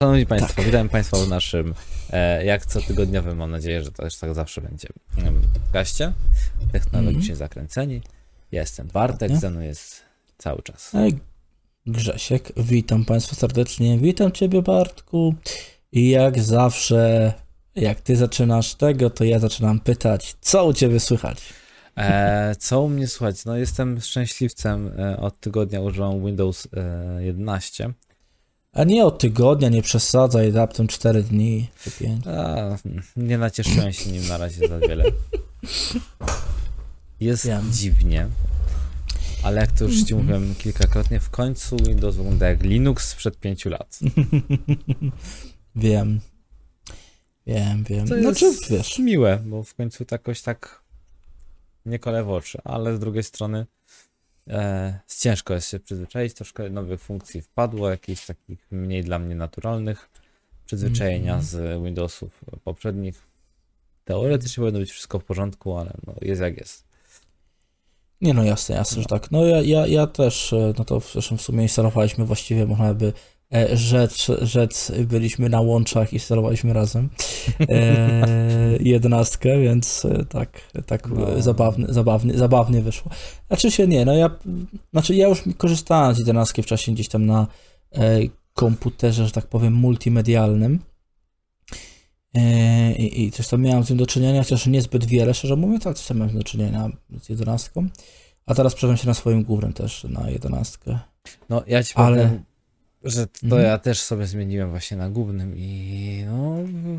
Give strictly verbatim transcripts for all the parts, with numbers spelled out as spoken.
Szanowni Państwo, Tak. witam Państwa w naszym, e, jak cotygodniowym, mam nadzieję, że to też tak zawsze będzie, em, podcaście. Technologicznie Mhm. zakręceni. Ja jestem Bartek, Ładnie. ze mną jest cały czas. Hej, Grzesiek, witam Państwa serdecznie, witam Ciebie Bartku i jak zawsze, jak Ty zaczynasz tego, to ja zaczynam pytać, co u Ciebie słychać? E, co u mnie słuchać? No jestem szczęśliwcem, e, od tygodnia używam Windows e, jedenaście. A nie od tygodnia, nie przesadzaj, raptem cztery dni czy pięć. A, nie nacieszyłem się nim na razie za wiele. Jest Wiem. dziwnie, ale jak to już Ci mówiłem kilkakrotnie, w końcu Windows wygląda jak Linux sprzed pięciu lat. Wiem, wiem, wiem. To Znaczy, jest wiesz, miłe, bo w końcu tak jakoś tak nie kole w oczy, ale z drugiej strony e, ciężko jest się przyzwyczaić, troszkę nowych funkcji wpadło, jakichś takich mniej dla mnie naturalnych przyzwyczajenia Mhm. z Windowsów poprzednich. Teoretycznie powinno być wszystko w porządku, ale no jest jak jest. nie no jasne, jasne, No. że tak. No ja, ja, ja też, e, no to zresztą w sumie instalowaliśmy właściwie, można by e, rzec, rzec, byliśmy na łączach i instalowaliśmy razem e, jedenastkę, więc e, tak, tak No. e, zabawnie, zabawnie, zabawnie wyszło. Znaczy się nie, no ja, znaczy ja już korzystałem z jedenastki wcześniej gdzieś tam na e, komputerze, że tak powiem, multimedialnym. E, I, I coś tam miałem z tym do czynienia, chociaż niezbyt wiele, szczerze mówiąc, ale coś tam miałem do czynienia z jedenastką. A teraz przełam się na swoim głównym też na jedenastkę. No ja ci Ale- powiem, że to Mhm. ja też sobie zmieniłem właśnie na głównym i no,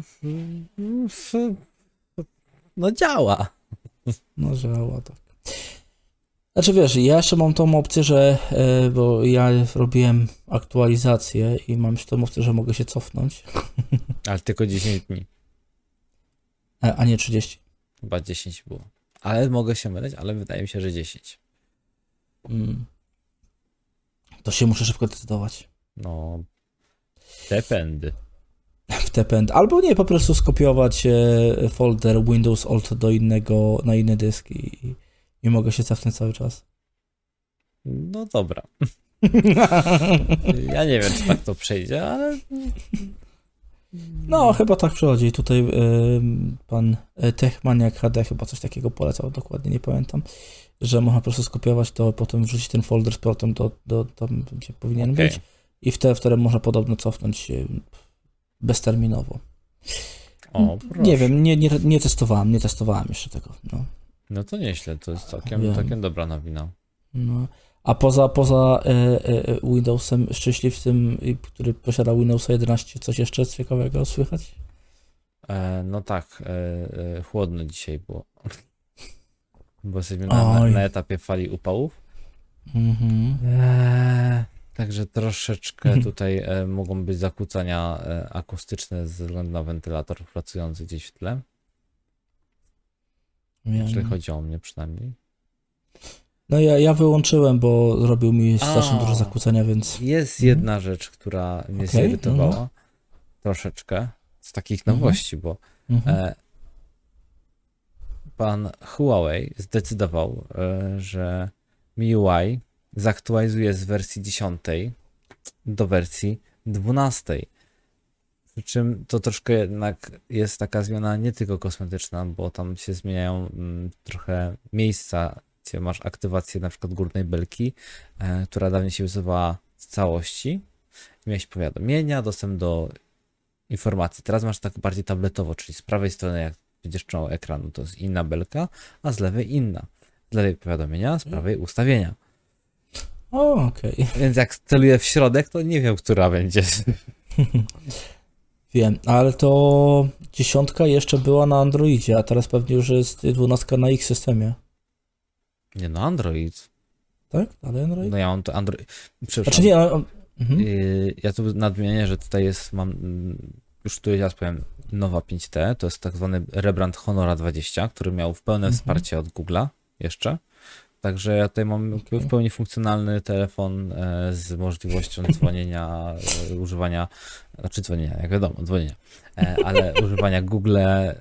no działa. No działa tak. Znaczy wiesz, ja jeszcze mam tą opcję, że, e, bo ja robiłem aktualizację i mam jeszcze tą opcję, że mogę się cofnąć, Ale tylko dziesięć dni. e, a nie trzydzieści. Chyba dziesięć było. Ale mogę się mylić, ale wydaje mi się, że dziesięć. Mm. To się muszę szybko decydować. No, dependy. W T P N. Albo nie, po prostu skopiować e, folder Windows Alt do innego, na inny dysk i, i mogę się cofnąć cały czas. No dobra. Ja nie wiem, czy tak to przejdzie, ale No, chyba tak przychodzi. Tutaj e, pan e, Techmaniak H D chyba coś takiego polecał, dokładnie nie pamiętam, że można po prostu skopiować to, potem wrzucić ten folder z powrotem do, do tam, gdzie powinien Okej. być i wtedy, wtedy można podobno cofnąć e, bezterminowo. O, proszę. Nie wiem, nie, nie, nie testowałem, nie testowałem jeszcze tego. No. No to nieźle, to jest całkiem, Wiem. całkiem dobra nowina. No. A poza, poza e, e, Windowsem szczęśliwcem, y, który posiada Windowsa jedenaście, coś jeszcze ciekawego słychać? E, no tak, e, e, chłodno dzisiaj było. Bo jesteśmy na, na, Oj. na etapie fali upałów. Mhm. Eee, także troszeczkę Mhm. tutaj e, mogą być zakłócenia e, akustyczne ze względu na wentylator pracujący gdzieś w tle. Wiem. Jeżeli chodzi o mnie przynajmniej. No ja, ja wyłączyłem, bo robił mi A. strasznie dużo zakłócenia, więc... Jest Mhm. jedna rzecz, która mnie Okej, zirytowała no. troszeczkę z takich Mhm. nowości, bo Mhm. e, pan Huawei zdecydował, e, że M I U I zaktualizuje z wersji dziesiątej do wersji dwunastej. Przy czym to troszkę jednak jest taka zmiana nie tylko kosmetyczna, bo tam się zmieniają mm, trochę miejsca, gdzie masz aktywację na przykład górnej belki, e, która dawniej się wysuwała w całości. Miałeś powiadomienia, dostęp do informacji. Teraz masz tak bardziej tabletowo, czyli z prawej strony, jak będziesz czoło ekranu, to jest inna belka, a z lewej inna. Z lewej powiadomienia, z prawej ustawienia. O, okej. Więc jak celuję w środek, to nie wiem, która będzie. Wiem, ale to dziesiątka jeszcze była na Androidzie, a teraz pewnie już jest dwunastka na ich systemie. Nie no, Android. Tak? Ale Android? No ja mam to Android. Przepraszam. Znaczy nie, no, mhm. Yy, ja tu nadmienię, że tutaj jest, mam, mm, już tu ja powiem, nowa pięć T, to jest tak zwany rebrand Honora dwadzieścia, który miał w pełne Mhm. wsparcie od Google'a jeszcze. Także ja tutaj mam Okej. w pełni funkcjonalny telefon e, z możliwością dzwonienia, e, używania, znaczy dzwonienia, jak wiadomo, dzwonienia, e, ale używania Google,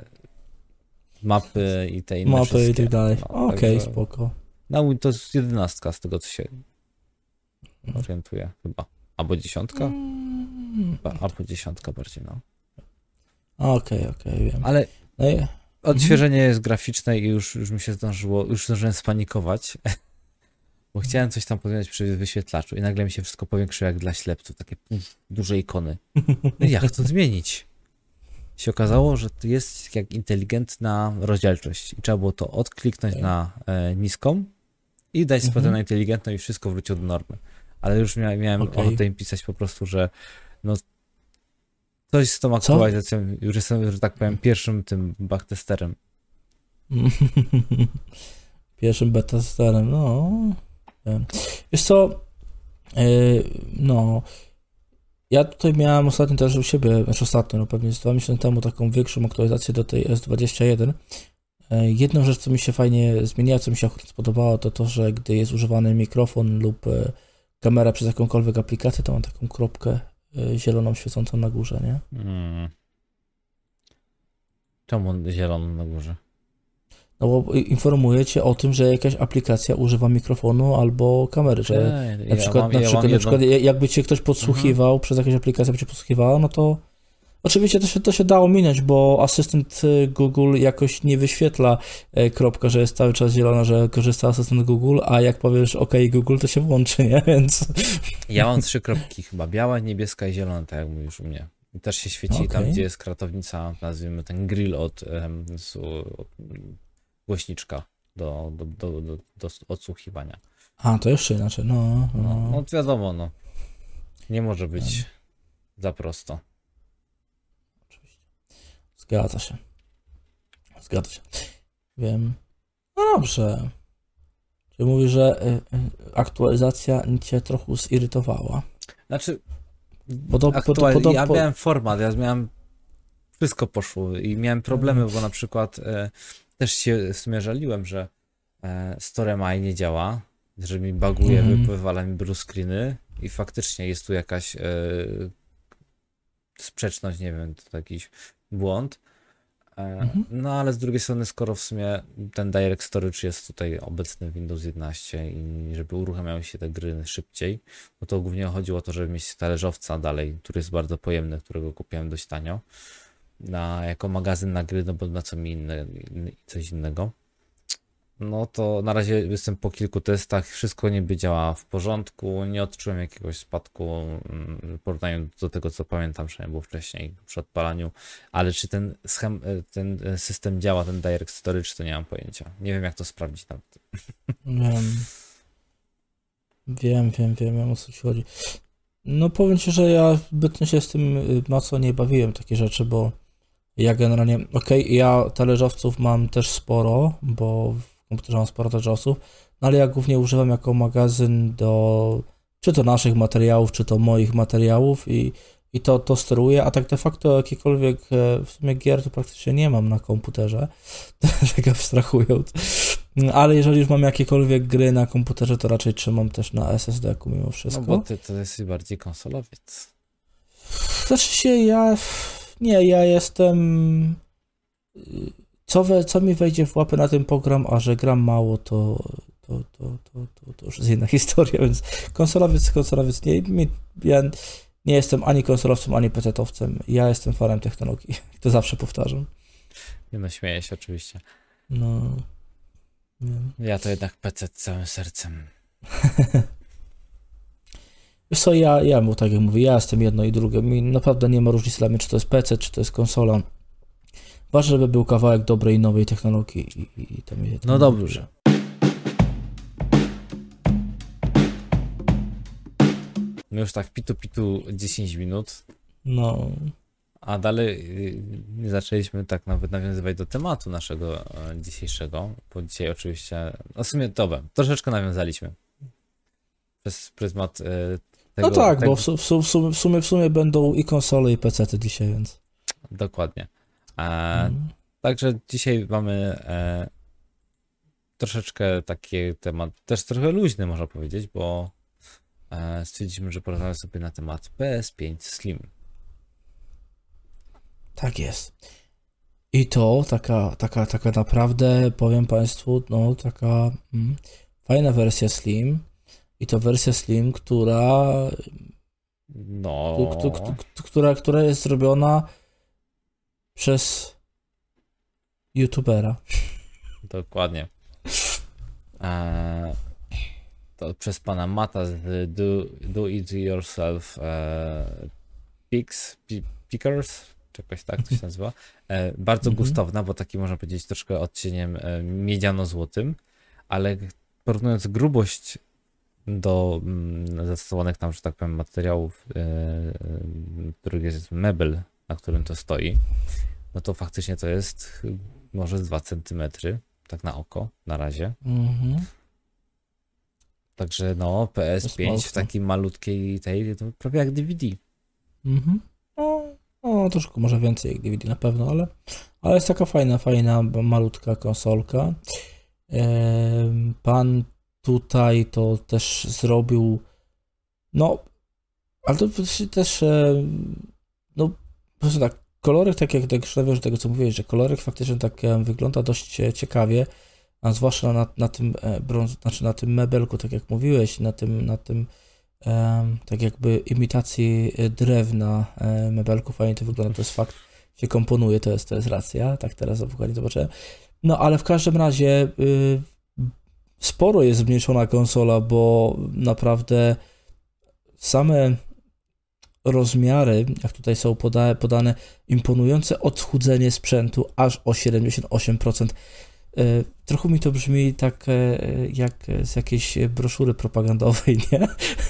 mapy i te inne Mapy i wszystkie. tak dalej. No, Okej, także- spoko. No to jest jedenastka z tego, co się Mhm. orientuję chyba. Albo dziesiątka? Mm. Albo dziesiątka bardziej, no. Okej, okay, okej, okay, wiem. Ale no i... odświeżenie mhm. jest graficzne i już, już mi się zdążyło, już zdążyłem spanikować, bo chciałem coś tam podjąć przy wyświetlaczu i nagle mi się wszystko powiększyło jak dla ślepców, takie puf, duże ikony. No i jak to zmienić? Się okazało, że to jest jak inteligentna rozdzielczość i trzeba było to odkliknąć okay. na e, niską i dać mhm. sprawę na inteligentną i wszystko wróciło do normy. Ale już mia miałem okay. ochotę im pisać po prostu, że no coś z tą aktualizacją, Co? już jestem, że tak powiem, pierwszym tym backtesterem. Pierwszym beta-testerem, no. Wiesz co, yy, no, ja tutaj miałem ostatnio też u siebie, znaczy ostatnio, no pewnie z dwa miesiące temu taką większą aktualizację do tej S dwadzieścia jeden. Yy, jedną rzecz, co mi się fajnie zmieniła, co mi się akurat spodobało, to to, że gdy jest używany mikrofon lub yy, kamera przez jakąkolwiek aplikację, to mam taką kropkę yy, zieloną świecącą na górze, nie? Hmm. Czemu zieloną na górze? No bo informuje cię o tym, że jakaś aplikacja używa mikrofonu albo kamery, że Ej, na przykład, ja mam, na przykład, ja na przykład jakby cię ktoś podsłuchiwał, mhm. przez jakąś aplikację by cię podsłuchiwała, no to oczywiście to się, to się dało minąć, bo asystent Google jakoś nie wyświetla e, kropka, że jest cały czas zielona, że korzysta asystent Google, a jak powiesz OK Google, to się włączy, nie? Więc... Ja mam trzy kropki chyba, biała, niebieska i zielona, tak jak mówisz u mnie. I też się świeci okay. tam, gdzie jest kratownica, nazwijmy ten grill od, um, od głośniczka do, do, do, do, do odsłuchiwania. A, to jeszcze inaczej, no. No, no, no wiadomo, no. Nie może być no. za prosto. Oczywiście. Zgadza się. Zgadza się. Wiem. No dobrze. Czyli mówisz, że y, y, aktualizacja cię trochę zirytowała. Znaczy, Podob, aktual... podob, ja miałem format, ja miałem wszystko poszło i miałem problemy, bo na przykład e, też się w sumie żaliłem, że e, StoreMy nie działa, że mi buguje, mm-hmm. wywala mi blue screeny i faktycznie jest tu jakaś e, sprzeczność, nie wiem, to jakiś błąd. E, mm-hmm. No ale z drugiej strony, skoro w sumie ten Direct Storage jest tutaj obecny w Windows jedenaście i żeby uruchamiały się te gry szybciej, bo to głównie chodziło o to, żeby mieć talerzowca dalej, który jest bardzo pojemny, którego kupiłem dość tanio. Na, jako magazyn na gry, no bo na co mi inne, coś innego. No to na razie jestem po kilku testach, wszystko niby działa w porządku, nie odczułem jakiegoś spadku w porównaniu do tego, co pamiętam, że było wcześniej przy odpalaniu, ale czy ten, schem, ten system działa, ten Direct Storage, to nie mam pojęcia. Nie wiem, jak to sprawdzić nawet. Wiem. Wiem, wiem, wiem, wiem, o co ci chodzi. No powiem ci, że ja zbytnio się z tym mocno nie bawiłem, takie rzeczy, bo ja generalnie, okej, okay, ja talerzowców mam też sporo, bo w komputerze mam sporo talerzowców, no ale ja głównie używam jako magazyn do czy to naszych materiałów, czy to moich materiałów i, i to, to steruję, a tak de facto jakiekolwiek w sumie gier to praktycznie nie mam na komputerze, tak abstrahując, ale jeżeli już mam jakiekolwiek gry na komputerze, to raczej trzymam też na S S D-ku mimo wszystko. No bo ty to jesteś bardziej konsolowiec. Znaczy się ja... Nie, ja jestem... Co, we, co mi wejdzie w łapy na ten program, a że gram mało, to, to, to, to, to, to już jest inna historia, więc konsolowiec, konsolowiec nie... Ja nie jestem ani konsolowcem, ani pecetowcem. Ja jestem fanem technologii. To zawsze powtarzam. Nie no, śmieję się oczywiście. No... Nie. Ja to jednak P C całym sercem. Wiesz co, ja, ja mu tak jak mówię, ja jestem jedno i drugie. Mi naprawdę nie ma różnicy dla mnie, czy to jest P C, czy to jest konsola. Ważne, żeby był kawałek dobrej, nowej technologii i, i to mnie... No dobrze. My już tak pitu pitu dziesięć minut. No... A dalej nie zaczęliśmy tak nawet nawiązywać do tematu naszego dzisiejszego, bo dzisiaj oczywiście, no w sumie dobra, troszeczkę nawiązaliśmy przez pryzmat tego. No tak, tego... bo w, w, w, sumie, w, sumie, w sumie będą i konsole, i pecety dzisiaj, więc... Dokładnie. E, mm. Także dzisiaj mamy e, troszeczkę taki temat, też trochę luźny można powiedzieć, bo e, stwierdziliśmy, że porozmawiamy sobie na temat P S pięć Slim. Tak jest. I to taka, taka, taka naprawdę, powiem Państwu, no taka mm, fajna wersja Slim. I to wersja Slim, która No, K- k- k- k- która, która jest zrobiona przez youtubera. dokładnie. Eee, to przez pana Mata z Do, do It Yourself e, Pix, Pi- Pickers, czy jakoś tak to się nazywa. E, bardzo Mhm. gustowna, bo taki można powiedzieć troszkę odcieniem e, miedziano-złotym, ale porównując grubość do mm, zastosowanych tam, że tak powiem, materiałów, e, e, których jest mebel, na którym to stoi, no to faktycznie to jest chy- może z dwa centymetry, tak na oko, na razie. Mhm. Także no, P S jest pięć w mocno. takiej malutkiej tej, to prawie jak D V D. Mhm. No, no, troszkę może więcej jak D V D na pewno, ale, ale jest taka fajna, fajna, b- malutka konsolka. Em, Pan tutaj to też zrobił, no, ale to też, też em, no, po prostu tak, kolorek, tak jak tak nawiążę do tego, co mówiłeś, że kolorek faktycznie tak em, wygląda dość e, ciekawie, a zwłaszcza na, na tym e, brąz, znaczy na tym mebelku, tak jak mówiłeś, na tym, na tym em, tak jakby imitacji e, drewna e, mebelku, fajnie to wygląda, to jest fakt, się komponuje, to jest, to jest racja, tak teraz dokładnie zobaczyłem. No ale w każdym razie y, sporo jest zmniejszona konsola, bo naprawdę same rozmiary, jak tutaj są poda podane, imponujące odchudzenie sprzętu aż o siedemdziesiąt osiem procent. Y, Trochę mi to brzmi tak e, jak z jakiejś broszury propagandowej, nie?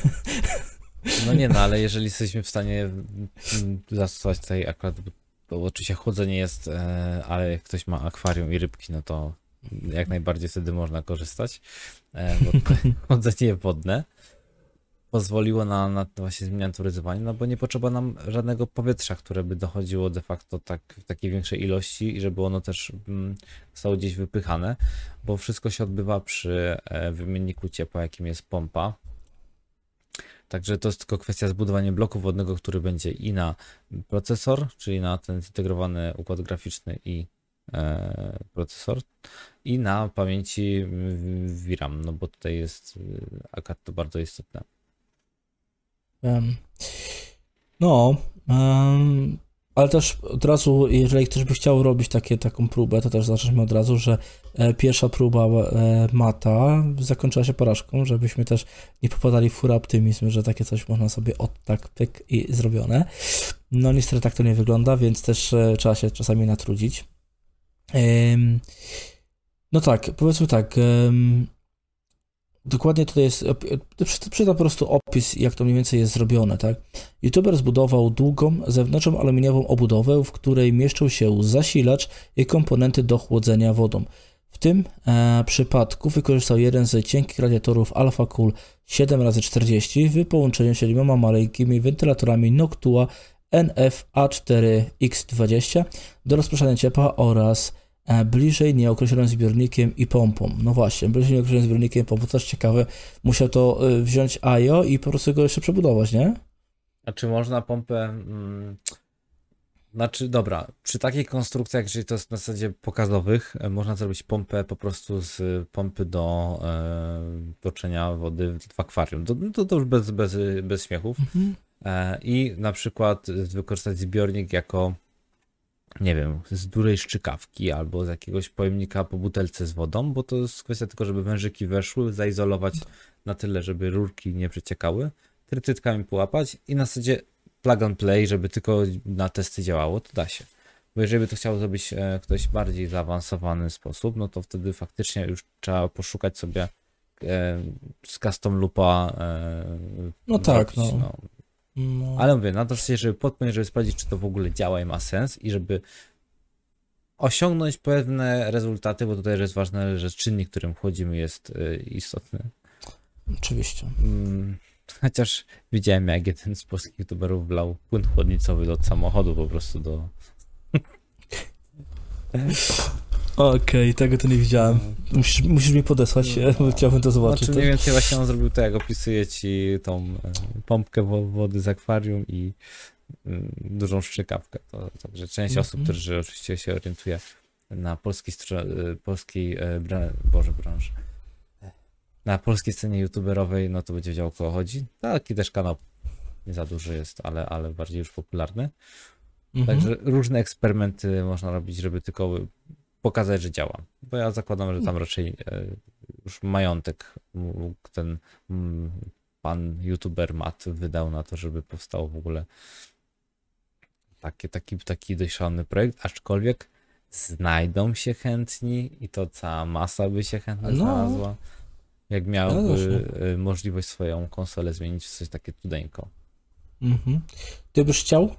No nie no, ale jeżeli jesteśmy w stanie mm, zastosować tutaj akurat, bo oczywiście chłodzenie jest, e, ale jak ktoś ma akwarium i rybki, no to jak najbardziej wtedy można korzystać, e, bo tutaj chłodzenie wodne pozwoliło na, na to właśnie zminiaturyzowanie, no bo nie potrzeba nam żadnego powietrza, które by dochodziło de facto tak w takiej większej ilości i żeby ono też mm, zostało gdzieś wypychane, bo wszystko się odbywa przy e, wymienniku ciepła, jakim jest pompa. Także to jest tylko kwestia zbudowania bloku wodnego, który będzie i na procesor, czyli na ten zintegrowany układ graficzny i e, procesor, i na pamięci mm, V RAM, no bo tutaj jest y, akurat to bardzo istotne. Em, No, em, ale też od razu, jeżeli ktoś by chciał robić takie, taką próbę, to też zaczniemy od razu, że e, pierwsza próba e, Mata zakończyła się porażką, żebyśmy też nie popadali w furę optymizm, że takie coś można sobie od tak pyk i zrobione. No niestety tak to nie wygląda, więc też e, trzeba się czasami natrudzić. Em, No tak, powiedzmy tak, em, dokładnie tutaj jest, op- przy- przyda po prostu opis, jak to mniej więcej jest zrobione, tak? YouTuber zbudował długą, zewnętrzną aluminiową obudowę, w której mieszczą się zasilacz i komponenty do chłodzenia wodą. W tym e, przypadku wykorzystał jeden z cienkich radiatorów Alpha Cool siedem razy czterdzieści w połączeniu z siedmioma maleńkimi wentylatorami Noctua N F A cztery X dwadzieścia do rozpraszania ciepła oraz e, bliżej nieokreślonym zbiornikiem i pompą. No właśnie, bliżej nieokreślonym zbiornikiem i pompą, też ciekawe. Musiał to e, wziąć A I O i po prostu go jeszcze przebudować, nie? A czy można pompę... Mm, znaczy, dobra, przy takich konstrukcjach, jeżeli to jest na zasadzie pokazowych, e, można zrobić pompę po prostu z pompy do e, toczenia wody w akwarium. To, to, to już bez, bez, bez śmiechów. Mhm. E, I na przykład wykorzystać zbiornik jako, nie wiem, z dużej szczykawki albo z jakiegoś pojemnika po butelce z wodą, bo to jest kwestia tylko, żeby wężyki weszły, zaizolować na tyle, żeby rurki nie przeciekały, trytytkami połapać i na zasadzie plug and play, żeby tylko na testy działało, to da się. Bo jeżeli by to chciał zrobić e, ktoś bardziej zaawansowany sposób, no to wtedy faktycznie już trzeba poszukać sobie e, z custom loopa e, No tak, zrobić, no. no. No. Ale mówię, na to zasadzie, żeby podpiąć, żeby sprawdzić, czy to w ogóle działa i ma sens i żeby osiągnąć pewne rezultaty, bo tutaj jest ważne, że czynnik, którym wchodzimy, jest y, istotny. Oczywiście. Mm, chociaż widziałem, jak jeden z polskich youtuberów wlał płyn chłodnicowy od samochodu po prostu do... Okej, tego to nie widziałem. Musisz, musisz mi podesłać, No. bo chciałbym to zobaczyć. Znaczy mniej więcej właśnie on zrobił to, jak opisuje ci tą e, pompkę wo- wody z akwarium i mm, dużą szczykawkę. To, także część Mhm. osób, które oczywiście się orientuje na polskiej, stro- e, polskiej e, bra- Boże, branży, na polskiej scenie youtuberowej, no to będzie wiedział, o kogo chodzi. Taki też kanał nie za duży jest, ale, ale bardziej już popularny. Mhm. Także różne eksperymenty można robić, żeby tylko pokazać, że działa. Bo ja zakładam, że tam raczej już majątek mógł ten pan youtuber Matt wydał na to, żeby powstał w ogóle taki, taki, taki dość szalony projekt, aczkolwiek znajdą się chętni i to cała masa by się chętnie No. znalazła, jak miałby No możliwość swoją konsolę zmienić w coś takie cudeńko. Mhm. Ty byś chciał?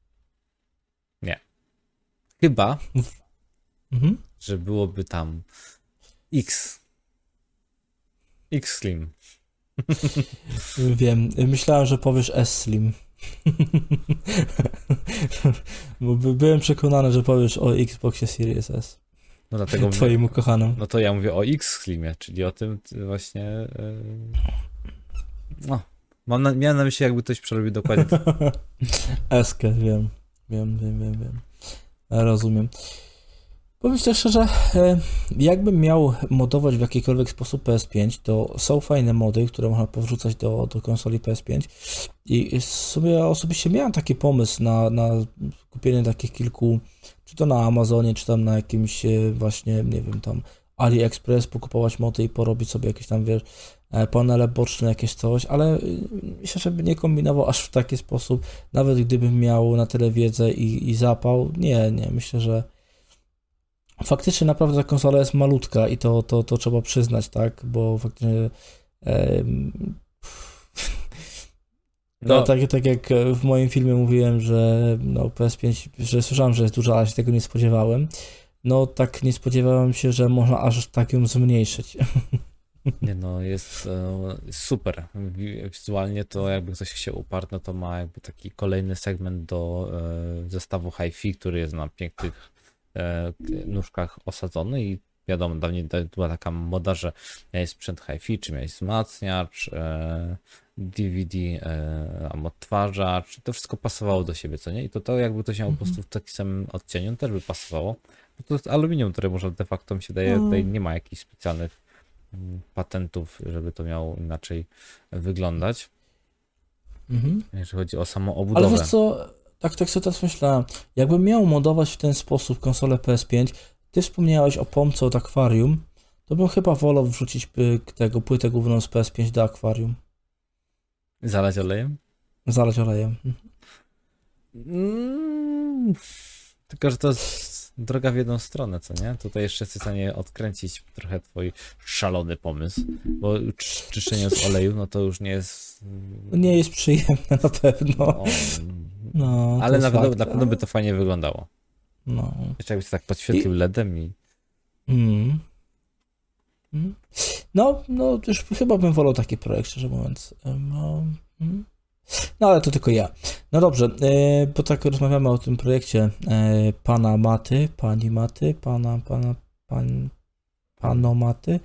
Chyba, Mhm. że byłoby tam X. X Slim. Wiem. Myślałem, że powiesz S-Slim. Bo by- byłem przekonany, że powiesz o Xboxie Series S. No dlatego mówię, Twoim ukochanym. no to ja mówię o X Slimie, czyli o tym właśnie. Yy, no, mam na, miałem na myśli, jakby ktoś przerobił dokładnie. Eskę, wiem. Wiem, wiem, wiem, wiem. Rozumiem. Powiem ci szczerze, e, jakbym miał modować w jakikolwiek sposób P S pięć, to są fajne mody, które można powrzucać do, do konsoli P S pięć i sobie ja osobiście miałem taki pomysł na, na kupienie takich kilku, czy to na Amazonie, czy tam na jakimś e, właśnie, nie wiem, tam AliExpress, pokupować mody i porobić sobie jakieś tam, wiesz, e, panele boczne, jakieś coś, ale e, myślę, żeby nie kombinował aż w taki sposób, nawet gdybym miał na tyle wiedzę i, i zapał, nie, nie, myślę, że faktycznie naprawdę ta konsola jest malutka i to, to, to trzeba przyznać, tak, bo faktycznie em, no, No, tak, tak jak w moim filmie mówiłem, że no, P S pięć, że słyszałem, że jest duża, ale się tego nie spodziewałem, no tak nie spodziewałem się, że można aż tak ją zmniejszyć. nie no, jest e, super. Wi- Wizualnie to jakby ktoś chciał uparł, no to ma jakby taki kolejny segment do e, zestawu hi-fi, który jest na pięknych e, nóżkach osadzony i wiadomo, dawniej to była taka moda, że miałeś sprzęt hi-fi, czy miałeś wzmacniacz, e, D V D, e, am odtwarzacz, to wszystko pasowało do siebie, co nie? I to, to jakby to się miało po prostu w takim samym odcieniu, też by pasowało. Bo to jest aluminium, które może de facto mi się daje, Mm. tutaj nie ma jakichś specjalnych mm, patentów, żeby to miało inaczej wyglądać, Mhm. jeżeli chodzi o samą Ale obudowę. wiesz co, tak, tak sobie teraz myślałem, jakbym miał modować w ten sposób konsolę P S pięć, ty wspomniałeś o pompce od akwarium, to bym chyba wolał wrzucić y, tego płytę główną z P S pięć do akwarium. Zalać olejem? Zalać olejem. Mm, tylko, że to jest droga w jedną stronę, co nie? Tutaj jeszcze jesteś w stanie odkręcić trochę twój szalony pomysł, bo czy- czyszczenie z oleju, no to już nie jest... Nie jest przyjemne na pewno. No, No, to ale jest na pewno, fakt, na pewno by to fajnie wyglądało. No. Jeszcze jakbyś tak podświetlił LEDem i... Mm. Mm. No, no, już chyba bym wolał taki projekt, szczerze mówiąc. No, mm. no ale to tylko ja. No dobrze, e, bo tak rozmawiamy o tym projekcie e, pana Maty, pani Maty, pana, pana, pan, pano Maty.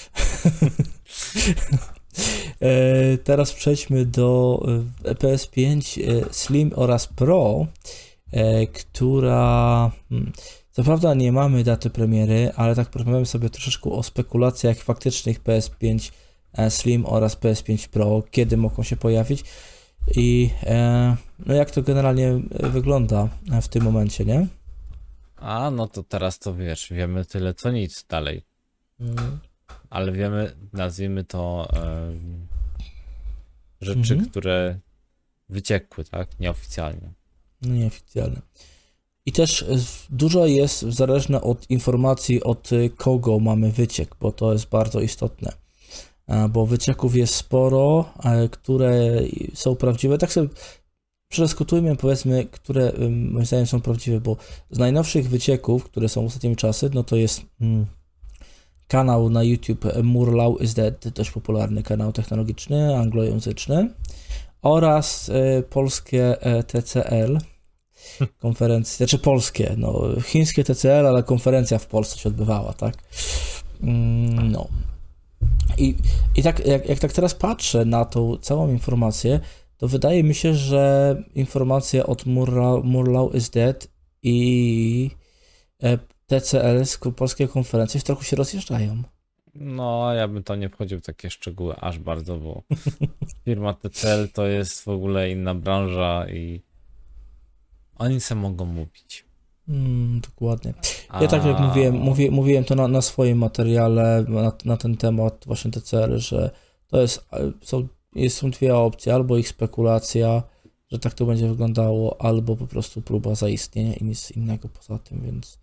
e, teraz przejdźmy do e, P S pięć e, Slim oraz Pro, e, która... Hmm, co prawda nie mamy daty premiery, ale tak porozmawiamy sobie troszeczkę o spekulacjach faktycznych P S pięć Slim oraz P S pięć Pro, kiedy mogą się pojawić i e, no jak to generalnie wygląda w tym momencie, nie? A, no to teraz to wiesz, wiemy tyle co nic dalej. Mm. Ale wiemy, nazwijmy to em, rzeczy, Mhm. które wyciekły, tak? Nieoficjalnie. No nieoficjalne. I też z- dużo jest zależne od informacji, od y, kogo mamy wyciek, bo to jest bardzo istotne. E, Bo wycieków jest sporo, e, które są prawdziwe. Tak sobie przedyskutujmy, powiedzmy, które ym, moim zdaniem są prawdziwe, bo z najnowszych wycieków, które są w ostatnim czasy, no to jest mm, kanał na YouTube e, Murlow is Dead, dość popularny kanał technologiczny, anglojęzyczny, oraz e, polskie e, T C L, konferencje, znaczy polskie, no chińskie T C L, ale konferencja w Polsce się odbywała, tak? Mm, No. I, i tak, jak, jak tak teraz patrzę na tą całą informację, to wydaje mi się, że informacje od Murlow, Murlow is Dead i e, T C L z ko- polskiej konferencji trochę się rozjeżdżają. No, ja bym tam nie wchodził w takie szczegóły aż bardzo, bo firma T C L to jest w ogóle inna branża i oni se mogą mówić. Mm, dokładnie. A... Ja tak jak mówiłem, mówi, mówiłem to na, na swoim materiale na, na ten temat właśnie T C L, że to jest, są, jest, są dwie opcje, albo ich spekulacja, że tak to będzie wyglądało, albo po prostu próba zaistnienia i nic innego poza tym, więc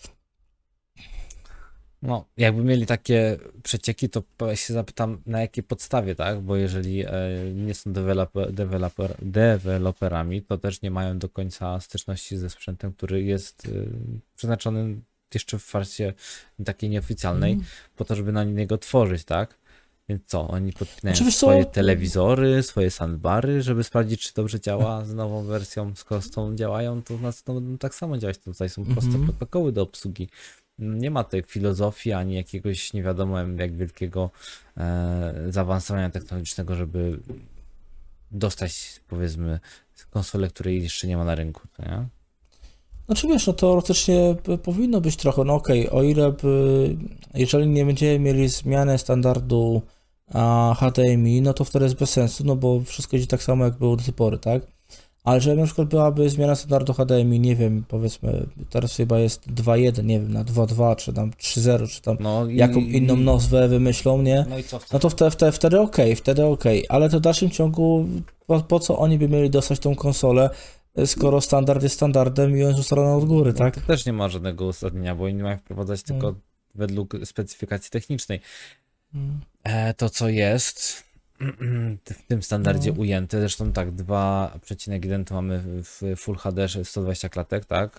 No, jakby mieli takie przecieki, to się zapytam, na jakiej podstawie, tak? Bo jeżeli e, nie są deweloper, deweloper, deweloperami, to też nie mają do końca styczności ze sprzętem, który jest e, przeznaczony jeszcze w wersji takiej nieoficjalnej, mm. po to, żeby na niego tworzyć, tak? Więc co, oni podpinają Oczywiście swoje są- telewizory, swoje soundbary, żeby sprawdzić, czy dobrze działa z nową wersją, skoro z tą działają, to znaczy no, będą tak samo działać. To tutaj są proste Mhm. protokoły do obsługi. Nie ma tej filozofii, ani jakiegoś nie wiadomo jak wielkiego e, zaawansowania technologicznego, żeby dostać, powiedzmy, konsolę, której jeszcze nie ma na rynku, to nie? Znaczy wiesz, no teoretycznie p- powinno być trochę, no okej, o ile by, jeżeli nie będziemy mieli zmianę standardu a, H D M I, no to wtedy jest bez sensu, no bo wszystko idzie tak samo jak było do tej pory, tak? Ale jeżeli na przykład byłaby zmiana standardu H D M I, nie wiem, powiedzmy, teraz chyba jest dwa jeden, nie wiem, na dwa dwa, czy tam trzy zero, czy tam No i, jaką inną nazwę wymyślą, nie? No i co wtedy? No to wtedy, wtedy, wtedy okej, wtedy okej, ale to w dalszym ciągu po, po co oni by mieli dostać tą konsolę, skoro standard jest standardem i on jest ustalony od góry, tak? To też nie ma żadnego uzasadnienia, bo oni mają wprowadzać tylko Mm. według specyfikacji technicznej. Mm. E, to, co jest w tym standardzie No. ujęte, zresztą tak, dwa przecinek jeden to mamy w Full H D sto dwadzieścia klatek, tak?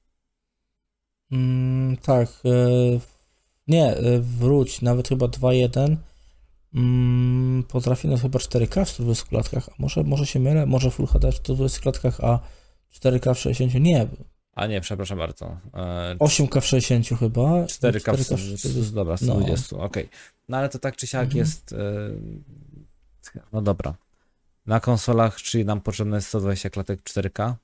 Mm, tak, e, nie, e, wróć, nawet chyba dwa jeden mm, potrafi no chyba cztery K w stu dwudziestu klatkach, a może, może się mylę, może Full H D w stu dwudziestu klatkach, a cztery K w sześćdziesięciu, nie, A nie, przepraszam bardzo. E, osiem K w sześćdziesięciu chyba. cztery K w cztery K stu- w czterdziestu. dobra, sto dwadzieścia, okej. No ale to tak czy siak Mhm. jest. e, No dobra. Na konsolach, czy nam potrzebne jest sto dwadzieścia klatek cztery K?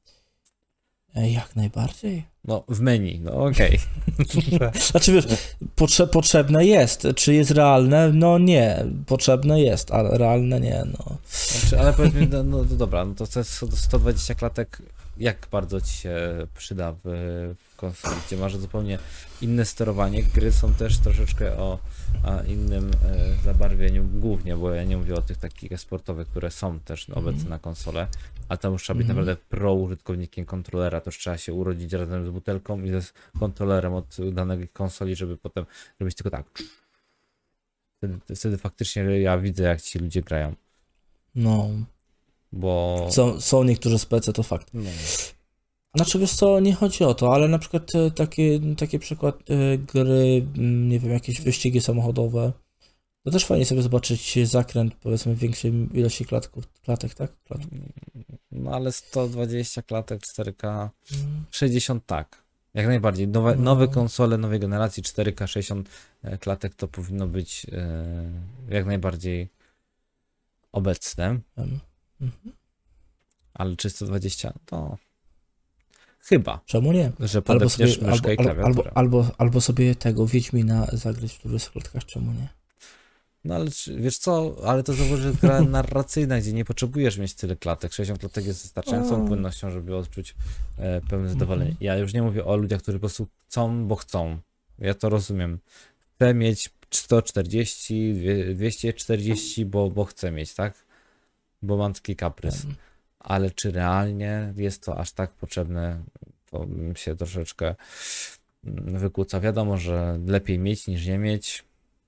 E, Jak najbardziej. No, w menu, no okej. Znaczy wiesz, potrze potrzebne jest, czy jest realne? No nie, potrzebne jest, ale realne nie, no. Znaczy, ale powiedz mi, no, no to dobra, no to te sto dwadzieścia klatek, jak bardzo ci się przyda w, w konsoli, gdzie masz zupełnie inne sterowanie, gry są też troszeczkę o a, innym e, zabarwieniu, głównie, bo ja nie mówię o tych takich sportowych, które są też obecne na konsolę, ale tam już trzeba być Mhm. naprawdę pro użytkownikiem kontrolera, to już trzeba się urodzić razem z butelką i ze kontrolerem od danej konsoli, żeby potem robić tylko tak. Wtedy, wtedy faktycznie ja widzę, jak ci ludzie grają. No, Bo. są, są niektórzy specy, to fakt. No. Znaczy wiesz co, nie chodzi o to, ale na przykład e, takie, taki przykład e, gry, m, nie wiem, jakieś wyścigi samochodowe, to też fajnie sobie zobaczyć zakręt, powiedzmy, w większej ilości klatków, klatek, tak? Klat. No ale sto dwadzieścia klatek cztery K, Mm. sześćdziesiąt tak. Jak najbardziej. Nowe, No. nowe konsole nowej generacji cztery K sześćdziesiąt klatek to powinno być e, jak najbardziej obecne, Em, mhm. ale czy sto dwadzieścia to chyba, Czemu nie? że Albo sobie, podepniesz myszkę albo, i albo, klawiaturę. albo, albo, albo sobie tego Wiedźmina zagrać w dwudziestu klatkach, czemu nie? No ale czy- wiesz co, ale to zauważ, że jest gra narracyjna, gdzie nie potrzebujesz mieć tyle klatek. sześćdziesiąt klatek jest wystarczającą O. płynnością, żeby odczuć e, pełne zadowolenie. Ja już nie mówię o ludziach, którzy po prostu chcą, bo chcą. Ja to rozumiem. Chcę mieć sto czterdzieści, dwie- dwieście czterdzieści, bo, bo chcę mieć, tak? Bo mam taki kaprys. Em, Ale czy realnie jest to aż tak potrzebne, to bym się troszeczkę mm, wykłóca. Wiadomo, że lepiej mieć niż nie mieć.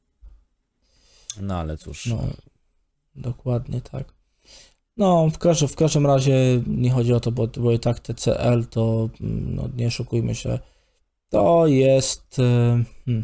No ale cóż. No, dokładnie tak. No, w każdym, w każdym razie nie chodzi o to, bo, bo i tak T C L to, mm, no, nie oszukujmy się, to jest, e, hmm,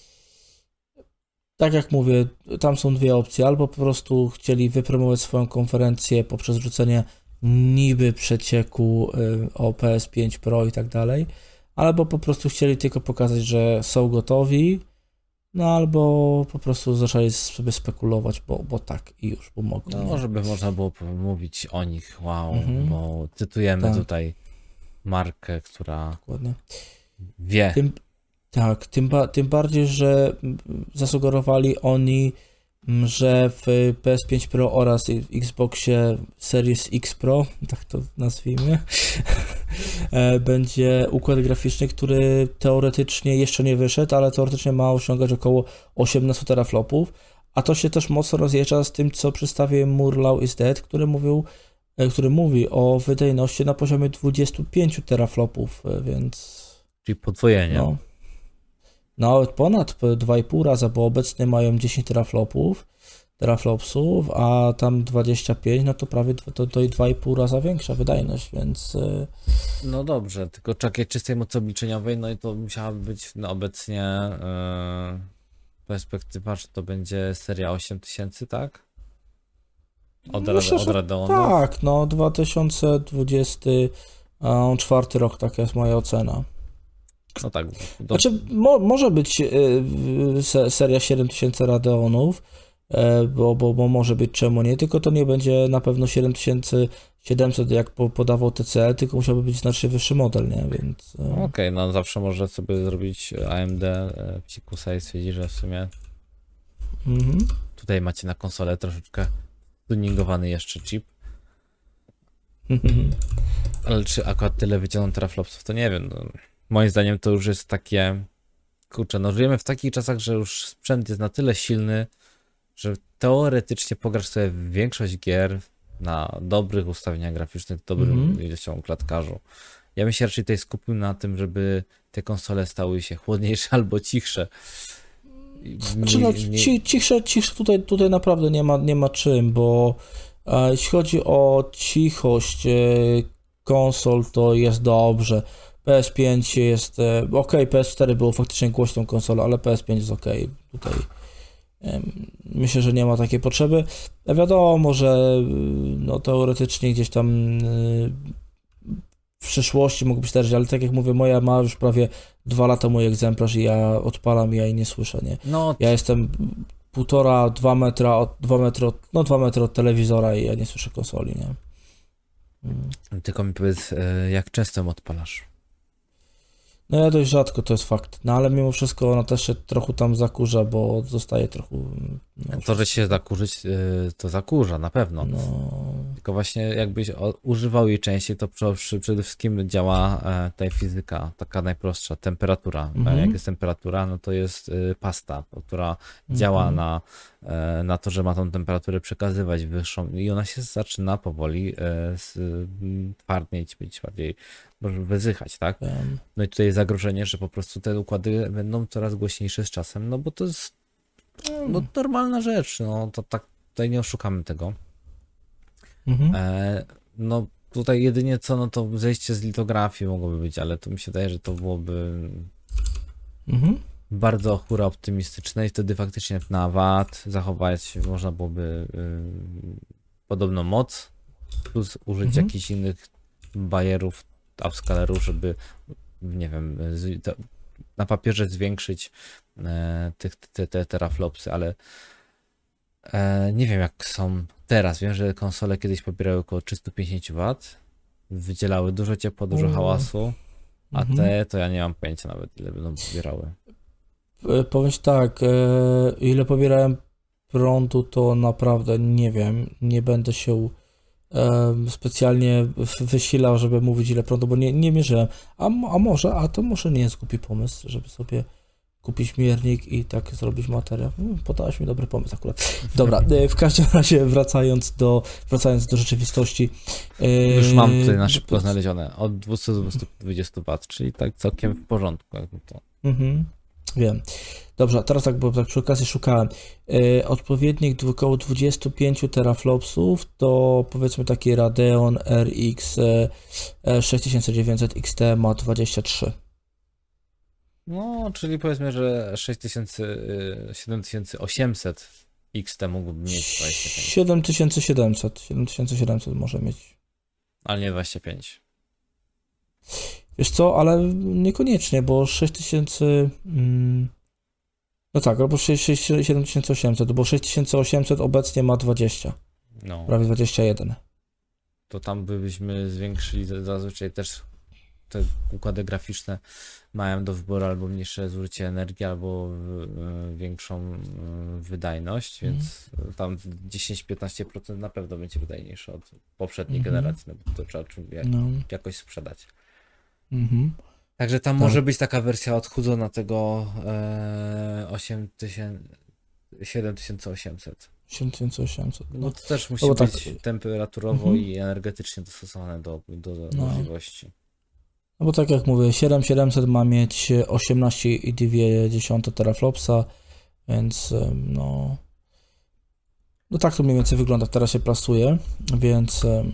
tak jak mówię, tam są dwie opcje, albo po prostu chcieli wypromować swoją konferencję poprzez rzucenie niby przecieku e, o P S pięć Pro i tak dalej, albo po prostu chcieli tylko pokazać, że są gotowi, no albo po prostu zaczęli sobie spekulować, bo, bo tak i już, bo mogą. No, nie? żeby można było mówić o nich, wow, Mhm. bo cytujemy Tak. tutaj markę, która Dokładnie. wie, Tym, Tak, tym, ba tym bardziej, że mm, zasugerowali oni, mm, że w P S pięć Pro oraz i- Xboxie Series X Pro, tak to nazwijmy, e, będzie układ graficzny, który teoretycznie jeszcze nie wyszedł, ale teoretycznie ma osiągać około osiemnaście teraflopów, a to się też mocno rozjeżdża z tym, co przedstawił Murlow is Dead, który mówił, e, który mówi o wydajności na poziomie dwudziestu pięciu teraflopów, e, więc Czyli podwojenie. no. Nawet ponad p- dwa i pół raza, bo obecnie mają dziesięć teraflopów, teraflopsów, a tam dwadzieścia pięć, no to prawie dwa- to, to i dwa i pół raza większa wydajność, więc y, No dobrze, tylko czakiej czystej mocy obliczeniowej, no i to musiałaby być no, obecnie yy, perspektywa, że to będzie seria osiem tysięcy, tak? Od, Rade, myślę, od że Radeonu. tak, no dwa tysiące dwudziesty czwarty rok, taka jest moja ocena. No tak. Do, Znaczy, mo, może być y, se, seria siedem tysięcy Radeonów, e, bo, bo, bo może być, czemu nie, tylko to nie będzie na pewno siedem tysięcy siedemset, jak po, podawał T C L, tylko musiałby być znacznie wyższy model, nie, więc... e, Okej, okay, no zawsze może sobie zrobić A M D e, psikusa i stwierdzi, że w sumie mhm. tutaj macie na konsolę troszeczkę tuningowany jeszcze chip. Ale czy akurat tyle wyciągną teraflopsów, to nie wiem. No, moim zdaniem to już jest takie... Kurczę, no żyjemy w takich czasach, że już sprzęt jest na tyle silny, że teoretycznie pograsz sobie w większość gier na dobrych ustawieniach graficznych, dobrym Mhm. ilością klatkarzu. Ja bym się raczej tutaj skupił na tym, żeby te konsole stały się chłodniejsze albo cichsze. I Znaczy, mniej- no, mniej- ci, cichsze, cichsze tutaj, tutaj naprawdę nie ma, nie ma czym, bo e, jeśli chodzi o cichość e, konsol, to jest dobrze. P S pięć jest e, ok, P S cztery było faktycznie głośną konsolą, ale P S pięć jest ok. Tutaj em, myślę, że nie ma takiej potrzeby. A wiadomo, że y, no, teoretycznie gdzieś tam y, w przyszłości mogą być też, ale tak jak mówię, moja ma już prawie dwa lata mój egzemplarz i ja odpalam i ja jej nie słyszę, nie? No, Ja jestem półtora, dwa metra od, dwa metry od, no dwa metry od telewizora i ja nie słyszę konsoli, nie? Mm. tylko mi powiedz, e, jak często ją odpalasz? No ja dość rzadko, to jest fakt, no ale mimo wszystko ona też się trochę tam zakurza, bo zostaje trochę... No, To, że się zakurzyć, e, to zakurza, na pewno. no, Tylko właśnie jakbyś o, używał jej częściej, to przy, przy, przede wszystkim działa e, tutaj fizyka, taka najprostsza, temperatura. Mhm. E, jak jest temperatura, no to jest e, pasta, która działa Mhm. na, e, na to, że ma tą temperaturę przekazywać wyższą i ona się zaczyna powoli e, s, m, twardnieć, być bardziej, może wyzychać, tak? wiem. No i tutaj jest zagrożenie, że po prostu te układy będą coraz głośniejsze z czasem, no bo to jest no, normalna rzecz, no to tak tutaj nie oszukamy tego. Mhm. E, no tutaj jedynie co, no to zejście z litografii mogłoby być, ale to mi się wydaje, że to byłoby Mhm. bardzo hura optymistyczne i wtedy faktycznie na W A T zachować można byłoby y, podobną moc, plus użyć Mhm. jakichś innych bajerów, upscalerów, żeby nie wiem, z, to, na papierze zwiększyć e, tych, te, te teraflopsy, ale e, nie wiem jak są teraz. Wiem, że konsole kiedyś pobierały około trzysta pięćdziesiąt watów, wydzielały dużo ciepła, dużo O. hałasu, a Mhm. te to ja nie mam pojęcia nawet ile będą pobierały. E, Powiem ci tak, e, ile pobierałem prądu, to naprawdę nie wiem. Nie będę się e, specjalnie w- wysilał, żeby mówić ile prądu, bo nie, nie mierzyłem. A, m- a może, a to może nie jest głupi pomysł, żeby sobie kupić miernik i tak zrobić materiał. Hmm, Podałeś mi dobry pomysł akurat. Dobra, e, w każdym razie wracając do, wracając do rzeczywistości. e, Już mam tutaj na szybko znalezione od dwieście do dwieście dwadzieścia watów, czyli tak całkiem w porządku. Jakby to. Mhm, wiem. Dobrze, teraz tak, bo tak przy okazji szukałem. E, odpowiednik d- około dwadzieścia pięć teraflopsów to powiedzmy taki Radeon R X e, e, sześć tysięcy dziewięćset X T ma dwadzieścia trzy. No, czyli powiedzmy, że sześć tysięcy, y, siedem tysięcy osiemset X T mógłby mieć dwadzieścia pięć, siedem tysięcy siedemset. siedem tysięcy siedemset może mieć. ale ale nie dwadzieścia pięć. Wiesz co, ale niekoniecznie, bo sześć tysięcy... Mm, no tak, albo siedem tysięcy osiemset, bo sześć tysięcy osiemset obecnie ma dwadzieścia, No, prawie dwadzieścia jeden. to tam by byśmy zwiększyli za- zazwyczaj też te układy graficzne mają do wyboru albo mniejsze zużycie energii, albo y, większą y, wydajność, Mhm. więc tam dziesięć do piętnastu procent na pewno będzie wydajniejsze od poprzedniej Mhm. generacji, no bo to trzeba czym- jak, No. jakoś sprzedać. Mhm. Także tam Tak. może być taka wersja odchudzona tego e, osiem tysięcy, siedem tysięcy osiemset. siedem tysięcy osiemset. No No. to też musi bo tak- być temperaturowo Mhm. i energetycznie dostosowane do, do, do No. możliwości. No bo tak jak mówię, siedem tysięcy siedemset ma mieć osiemnaście i dwie dziesiąte teraflopsa, więc em, no... No tak to mniej więcej wygląda, teraz się plasuje, więc... em,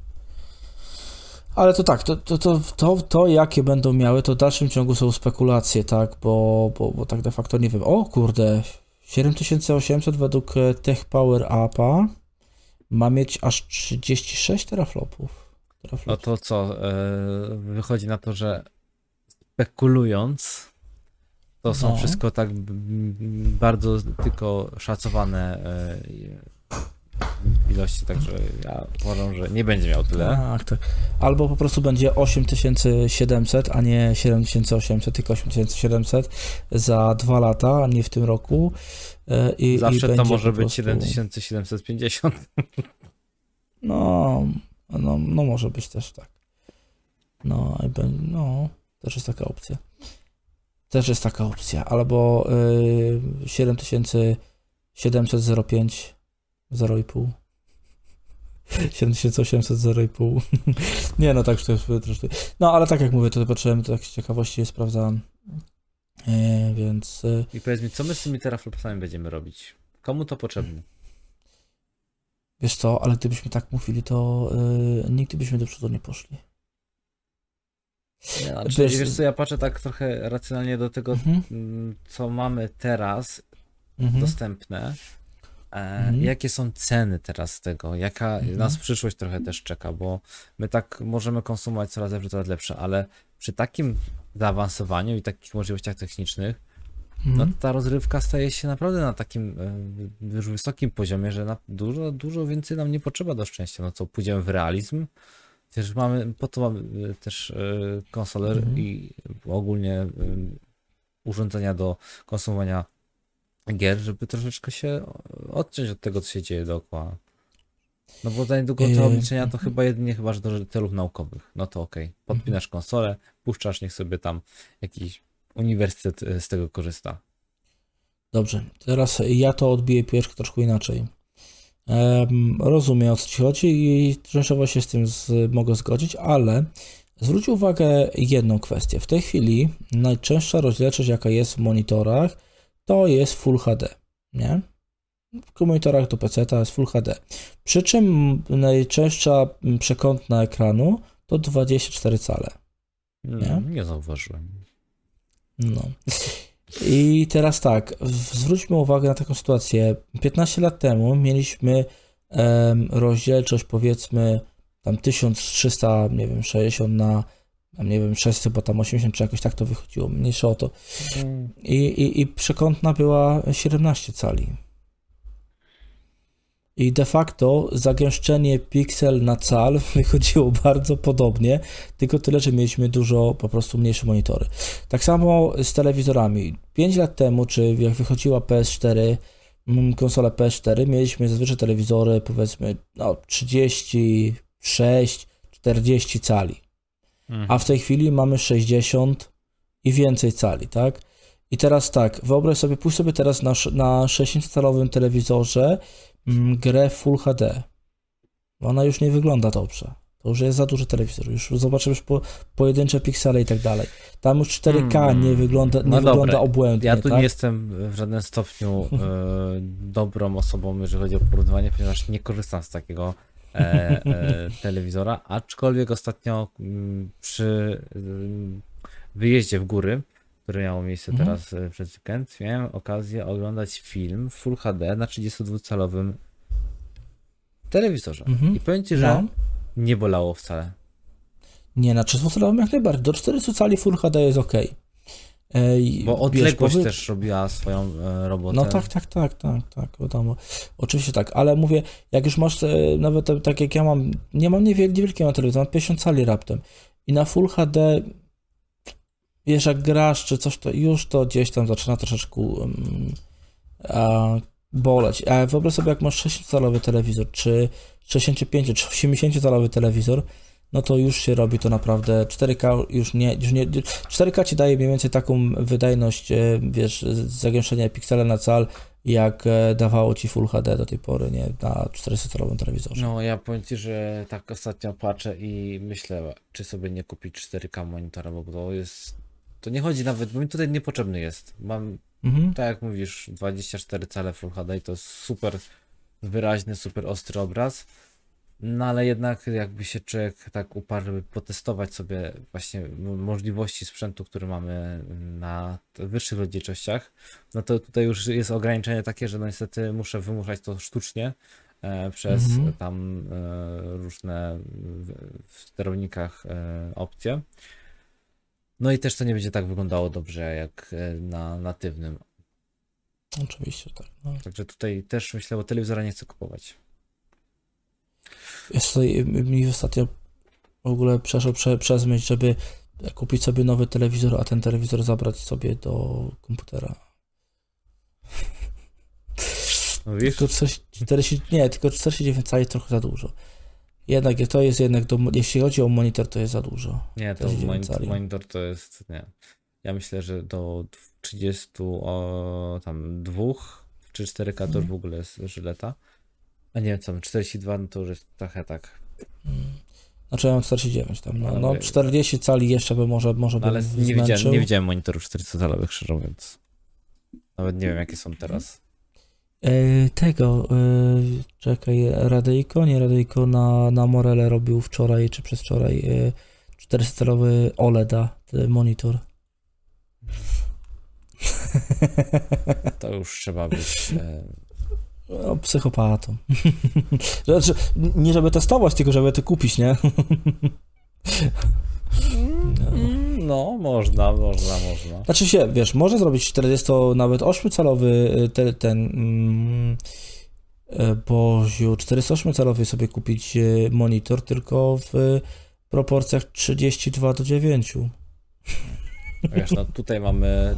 Ale to tak, to, to, to, to, to jakie będą miały, to w dalszym ciągu są spekulacje, tak, bo, bo, bo tak de facto nie wiem. O kurde, siedem tysięcy osiemset według e, Tech Power Appa ma mieć aż trzydzieści sześć teraflopów. No teraflopów. to co, e, wychodzi na to, że spekulując, to są No. wszystko tak b- b- bardzo tylko szacowane e, ilości, także ja uważam, że nie będzie miał tyle. Tak, tak. Albo po prostu będzie osiem tysięcy siedemset, a nie siedem tysięcy osiemset, tylko osiem tysięcy siedemset za dwa lata, a nie w tym roku. E, I, i Zawsze to będzie może po być prostu- siedem tysięcy siedemset pięćdziesiąt. No, no, no może być też tak. No, i bę- no, też jest taka opcja. Też jest taka opcja. Albo y, siedem tysięcy siedemset zero pięć zero i pół. siedem tysięcy osiemset zero i pół. Nie, no tak już to jest troszkę. No, ale tak jak mówię, to patrzyłem, to tak z ciekawości sprawdzałem. Y, więc y, I powiedz mi, co my z tymi teraflopsami będziemy robić? Komu to potrzebne? wiesz co, ale gdybyśmy tak mówili, to y, nigdy byśmy do przodu nie poszli. Nie, znaczy, Wiesz- wiesz co, ja patrzę tak trochę racjonalnie do tego, Mhm. mm, co mamy teraz Mhm. dostępne. E, Mhm. Jakie są ceny teraz tego? Jaka Mhm. nas przyszłość trochę też czeka, bo my tak możemy konsumować coraz lepsze, coraz lepsze, ale przy takim zaawansowaniu i takich możliwościach technicznych, no Mhm. ta rozrywka staje się naprawdę na takim e, już wysokim poziomie, że na dużo, dużo więcej nam nie potrzeba do szczęścia. No co, pójdziemy w realizm? Przecież mamy, po to mamy e, też e, konsole Mhm. i ogólnie e, urządzenia do konsumowania gier, żeby troszeczkę się odciąć od tego, co się dzieje dookoła. No bo za niedługo te Yy, obliczenia to mhm. chyba jedynie chyba, że do celów naukowych. No to okej. Podpinasz konsolę, puszczasz, niech sobie tam jakiś uniwersytet e, z tego korzysta. Dobrze, teraz ja to odbiję pierwszy troszkę inaczej. Em, rozumiem, o co ci chodzi i częściowo się z tym z, mogę zgodzić, ale zwróć uwagę jedną kwestię. W tej chwili najczęstsza rozdzielczość, jaka jest w monitorach, to jest Full H D, nie? W monitorach do peceta jest Full H D. Przy czym najczęstsza przekątna ekranu to dwadzieścia cztery cale. Nie, nie zauważyłem. No. I teraz tak, w- zwróćmy uwagę na taką sytuację. piętnaście lat temu mieliśmy em, rozdzielczość powiedzmy tam tysiąc trzysta, nie wiem, sześćdziesiąt na tam, nie wiem, sześćset, bo tam osiemdziesiąt czy jakoś tak to wychodziło, mniejsze o to. I, i, i przekątna była siedemnaście cali. I de facto zagęszczenie piksel na cal wychodziło bardzo podobnie, tylko tyle, że mieliśmy dużo po prostu mniejsze monitory. Tak samo z telewizorami. pięć lat temu, czy jak wychodziła P S cztery, mm, konsola P S cztery, mieliśmy zazwyczaj telewizory powiedzmy no, trzydzieści sześć czterdzieści cali, Mhm. a w tej chwili mamy sześćdziesiąt i więcej cali, tak? I teraz tak, wyobraź sobie, pójdź sobie teraz na, sz- na sześćdziesięciocalowym telewizorze mm, grę Full H D. Ona już nie wygląda dobrze. To już jest za duży telewizor. Już zobaczymy już po, pojedyncze piksele i tak dalej. Tam już cztery K Hmm. nie wygląda, nie No dobra, wygląda obłędnie. Ja tu tak? nie jestem w żadnym stopniu e, dobrą osobą, jeżeli chodzi o porównywanie, ponieważ nie korzystam z takiego e, e, telewizora, aczkolwiek ostatnio m, przy m, wyjeździe w góry, które miało miejsce Mhm. teraz e, przez weekend, miałem okazję oglądać film w Full H D na trzydziestodwucalowym telewizorze. Mhm. I powiem ci, że No. nie bolało wcale. Nie, na trzydziestocalowym jak najbardziej. Do czterystu cali Full H D jest ok. Ej, Bo wiesz, odległość bo wy- też robiła swoją e, robotę. No tak, tak, tak, tak, tak, wiadomo. Oczywiście tak, ale mówię, jak już masz, e, nawet tak- tak jak ja mam, nie mam niewiel- niewielkiego telewizora, mam pięćdziesiąt cali raptem i na Full H D wiesz, jak grasz czy coś, to już to gdzieś tam zaczyna troszeczkę um, a, boleć. A wyobraź sobie, jak masz sześciocalowy telewizor, czy sześćdziesięciopięcio, czy osiemdziesięciocalowy telewizor, no to już się robi to naprawdę cztery K już nie, już nie cztery K ci daje mniej więcej taką wydajność, wiesz, zagęszczenia piksela na cal, jak dawało ci Full H D do tej pory, nie, na czterystocalowym telewizorze. No ja powiem ci, że tak ostatnio patrzę i myślę, czy sobie nie kupić cztery K monitora, bo to jest, to nie chodzi nawet, bo mi tutaj niepotrzebny jest. Mam, Mhm. tak jak mówisz, dwadzieścia cztery cale Full H D i to jest super wyraźny, super ostry obraz. No ale jednak jakby się człowiek tak uparł, żeby potestować sobie właśnie możliwości sprzętu, który mamy na wyższych rozdzielczościach, no to tutaj już jest ograniczenie takie, że no niestety muszę wymuszać to sztucznie e, przez Mhm. tam e, różne w, w sterownikach e, opcje. No i też to nie będzie tak wyglądało dobrze jak e, na natywnym. Oczywiście, tak. No. Także tutaj też myślę, bo telewizora nie chcę kupować. Jest tutaj, mi ostatnio w ogóle przeszło prze, przez myśl, żeby kupić sobie nowy telewizor, a ten telewizor zabrać sobie do komputera. Mówisz? Tylko czterdzieści, nie, tylko czterdzieści dziewięć cali trochę za dużo. Jednak to jest jednak, do, jeśli chodzi o monitor, to jest za dużo. Nie, to monitor, monitor to jest, nie. Ja myślę, że do trzydziestu o, tam dwóch czy cztery K to już w ogóle jest żyleta. A nie wiem co, czterdzieści dwa no to już jest trochę tak. Znaczy ja mam czterdzieści dziewięć tam, no, No, no czterdzieści cali jeszcze by może, może no, ale bym nie widziałem, nie widziałem monitorów czterdziestocalowych szczerze, więc nawet nie wiem jakie są teraz. E, tego, e, czekaj, Radeiko, nie Radeiko na, na Morele robił wczoraj czy przedwczoraj e, czterystocalowy OLEDa monitor. To już trzeba być e... no, psychopatą. Znaczy, nie żeby testować, tylko żeby to kupić, nie? No. no, można, można, można. Znaczy się, wiesz, można zrobić czterdziesto, nawet ośmiocalowy ten, ten mm, Boziu, czterdziestoośmiocalowy sobie kupić monitor, tylko w proporcjach trzydzieści dwa do dziewięciu. Wiesz, no tutaj mamy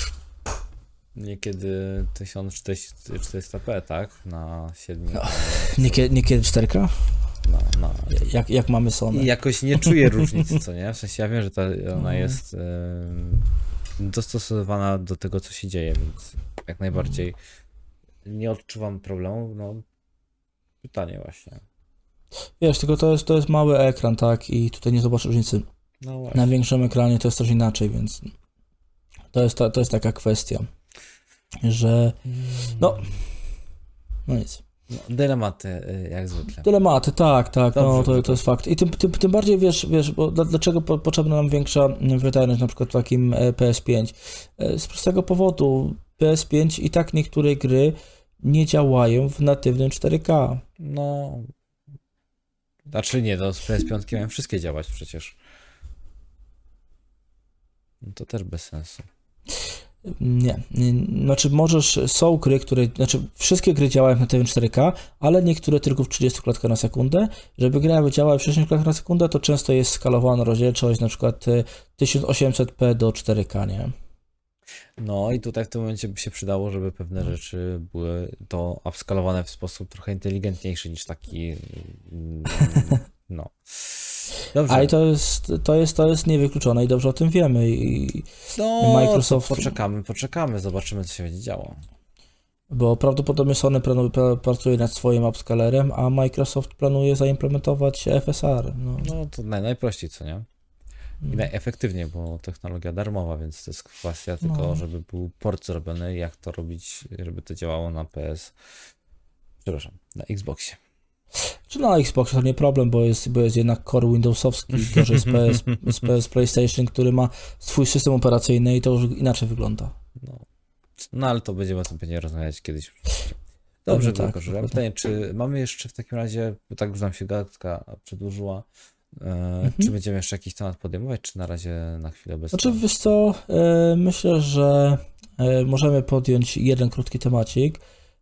niekiedy tysiąc czterysta p, tak? Na siedmiu. No, niekiedy, niekiedy cztery K? No, no. Jak, jak mamy Sony. I jakoś nie czuję różnicy, co nie? W sensie ja wiem, że ta, ona jest y, dostosowana do tego, co się dzieje, więc jak najbardziej nie odczuwam problemu. No, pytanie właśnie. Wiesz, tylko to jest, to jest mały ekran, tak? I tutaj nie zobaczysz różnicy. No na większym ekranie to jest coś inaczej, więc to jest, ta, to jest taka kwestia, że no, no nic. No, dylematy, jak zwykle. Dylematy, tak, tak, Dobrze, no to, to jest fakt. I tym, tym, tym bardziej wiesz, wiesz, bo dlaczego po, potrzebna nam większa wydajność na przykład w takim P S pięć? Z prostego powodu, P S pięć i tak niektóre gry nie działają w natywnym cztery K. No, znaczy nie, to z P S pięć mają wszystkie działać przecież. No to też bez sensu. Nie, znaczy możesz, są gry, które, znaczy wszystkie gry działają w natywnym cztery K, ale niektóre tylko w trzydziestu klatkach na sekundę. Żeby gra działała w sześćdziesięciu klatkach na sekundę, to często jest skalowana rozdzielczość, na przykład tysiąc osiemset p do cztery K, nie? No i tutaj w tym momencie by się przydało, żeby pewne rzeczy były to upskalowane w sposób trochę inteligentniejszy niż taki, no. Dobrze. Ale to jest, to jest, to jest niewykluczone i dobrze o tym wiemy. I no, Microsoft... poczekamy, poczekamy, zobaczymy, co się będzie działo. Bo prawdopodobnie Sony pracuje nad swoim upscalerem, a Microsoft planuje zaimplementować F S R. No, no to naj, najprościej, co nie? I najefektywniej, bo technologia darmowa, więc to jest kwestia tylko, no. żeby był port zrobiony, jak to robić, żeby to działało na P S, przepraszam, na Xboxie. Czy na Xboxie to nie problem, bo jest, bo jest jednak core Windowsowski, gorzej z P S, z P S PlayStation, który ma swój system operacyjny i to już inaczej wygląda. No, no ale to będziemy o tym pewnie rozmawiać kiedyś. Dobrze, tak. Mam pytanie, czy mamy jeszcze w takim razie, bo tak już nam się gadka przedłużyła, e, mhm. czy będziemy jeszcze jakiś temat podejmować, czy na razie na chwilę bez Znaczy, wiesz co, e, myślę, że e, możemy podjąć jeden krótki temacik.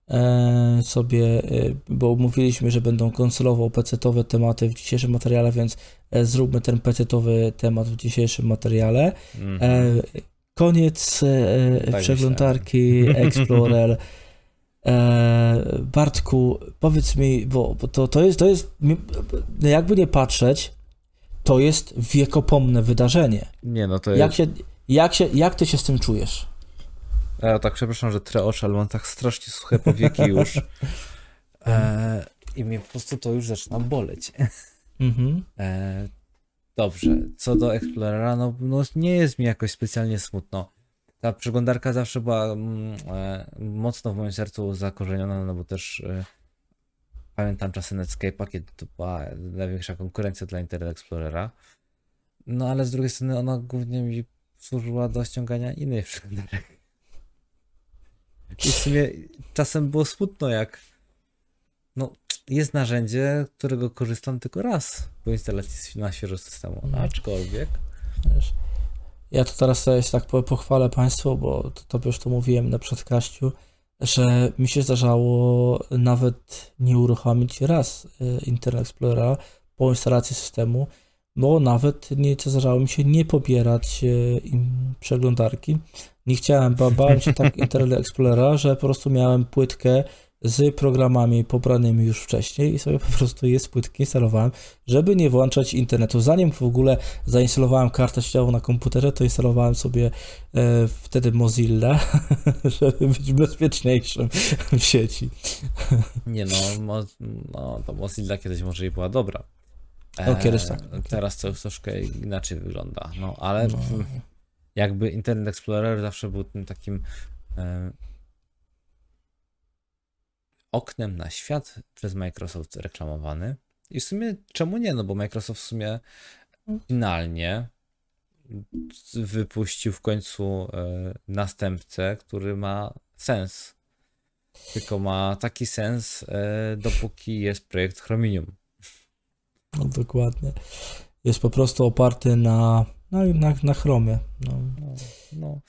e, sobie, e, bo mówiliśmy, że będą konsolowo pecetowe tematy w dzisiejszym materiale, więc e, zróbmy ten pecetowy temat w dzisiejszym materiale. Mhm. E, koniec e, Tak przeglądarki Explorer. E, Bartku, powiedz mi, bo, bo to, to jest, to jest, jakby nie patrzeć, to jest wiekopomne wydarzenie. Nie, no to Jak jest... się, jak się, jak ty się z tym czujesz? Ja tak przepraszam, że trę oczy, ale mam tak strasznie suche powieki już. E, I mnie po prostu to już zaczyna boleć. Mhm. E, dobrze, co do Explorera, no, no nie jest mi jakoś specjalnie smutno. Ta przeglądarka zawsze była mm, e, mocno w moim sercu zakorzeniona, no bo też e, pamiętam czasy Netscape'a, kiedy to była największa konkurencja dla Internet Explorera. No ale z drugiej strony ona głównie mi służyła do ściągania innych przeglądarek. I w sumie czasem było smutno, jak no, jest narzędzie, którego korzystam tylko raz po instalacji na świeżo systemu, Mhm. aczkolwiek Wiesz, ja to teraz sobie tak po- pochwalę Państwu, bo to, to już to mówiłem na przedkaściu, że mi się zdarzało nawet nie uruchomić raz y, Internet Explorera po instalacji systemu, bo nawet nie zdarzało mi się nie pobierać y, im przeglądarki. Nie chciałem, ba, bałem się tak Internet Explorera, że po prostu miałem płytkę z programami pobranymi już wcześniej i sobie po prostu je z płytki instalowałem, żeby nie włączać internetu. Zanim w ogóle zainstalowałem kartę sieciową na komputerze, to instalowałem sobie e, wtedy Mozilla, żeby być bezpieczniejszym w sieci. nie no, mo, no to Mozilla kiedyś może i była dobra. O, kiedyś tak. Teraz to już troszkę inaczej wygląda, no ale No. jakby Internet Explorer zawsze był tym takim e, oknem na świat przez Microsoft reklamowany. I w sumie czemu nie? No bo Microsoft w sumie finalnie wypuścił w końcu e, następcę, który ma sens. Tylko ma taki sens, e, dopóki jest projekt Chromium. No, dokładnie. Jest po prostu oparty na, na, na, na Chromie. No. No, no.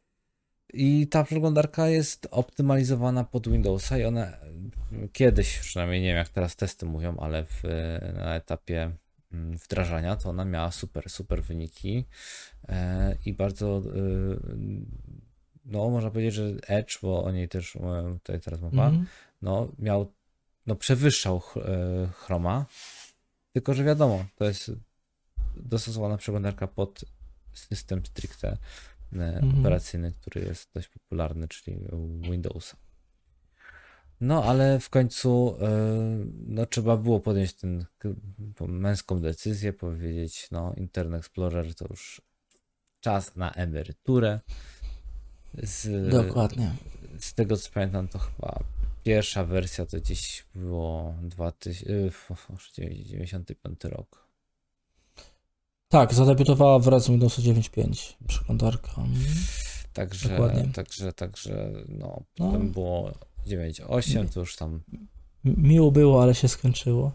I ta przeglądarka jest optymalizowana pod Windowsa i ona kiedyś, przynajmniej nie wiem jak teraz testy mówią, ale w, na etapie mm, wdrażania to ona miała super, super wyniki e, i bardzo e, no można powiedzieć, że Edge, bo o niej też e, tutaj teraz mowa, Mhm. no miał, no przewyższał ch- e, Chroma, tylko że wiadomo, to jest dostosowana przeglądarka pod system stricte e, Mhm. operacyjny, który jest dość popularny, czyli Windowsa. No, ale w końcu e, no, trzeba było podjąć tę męską decyzję, powiedzieć, no, Internet Explorer to już czas na emeryturę. Z, Dokładnie. z tego co pamiętam, to chyba pierwsza wersja to gdzieś było dwa tysiące, dziewięćdziesiąty piąty rok. Tak, zadebiutowała wraz z Windowsa dziewięć pięć przeglądarka. Mhm. Także, Dokładnie. także, także, no, No. potem było dziewięć osiem, to już tam M- Miło było, ale się skończyło.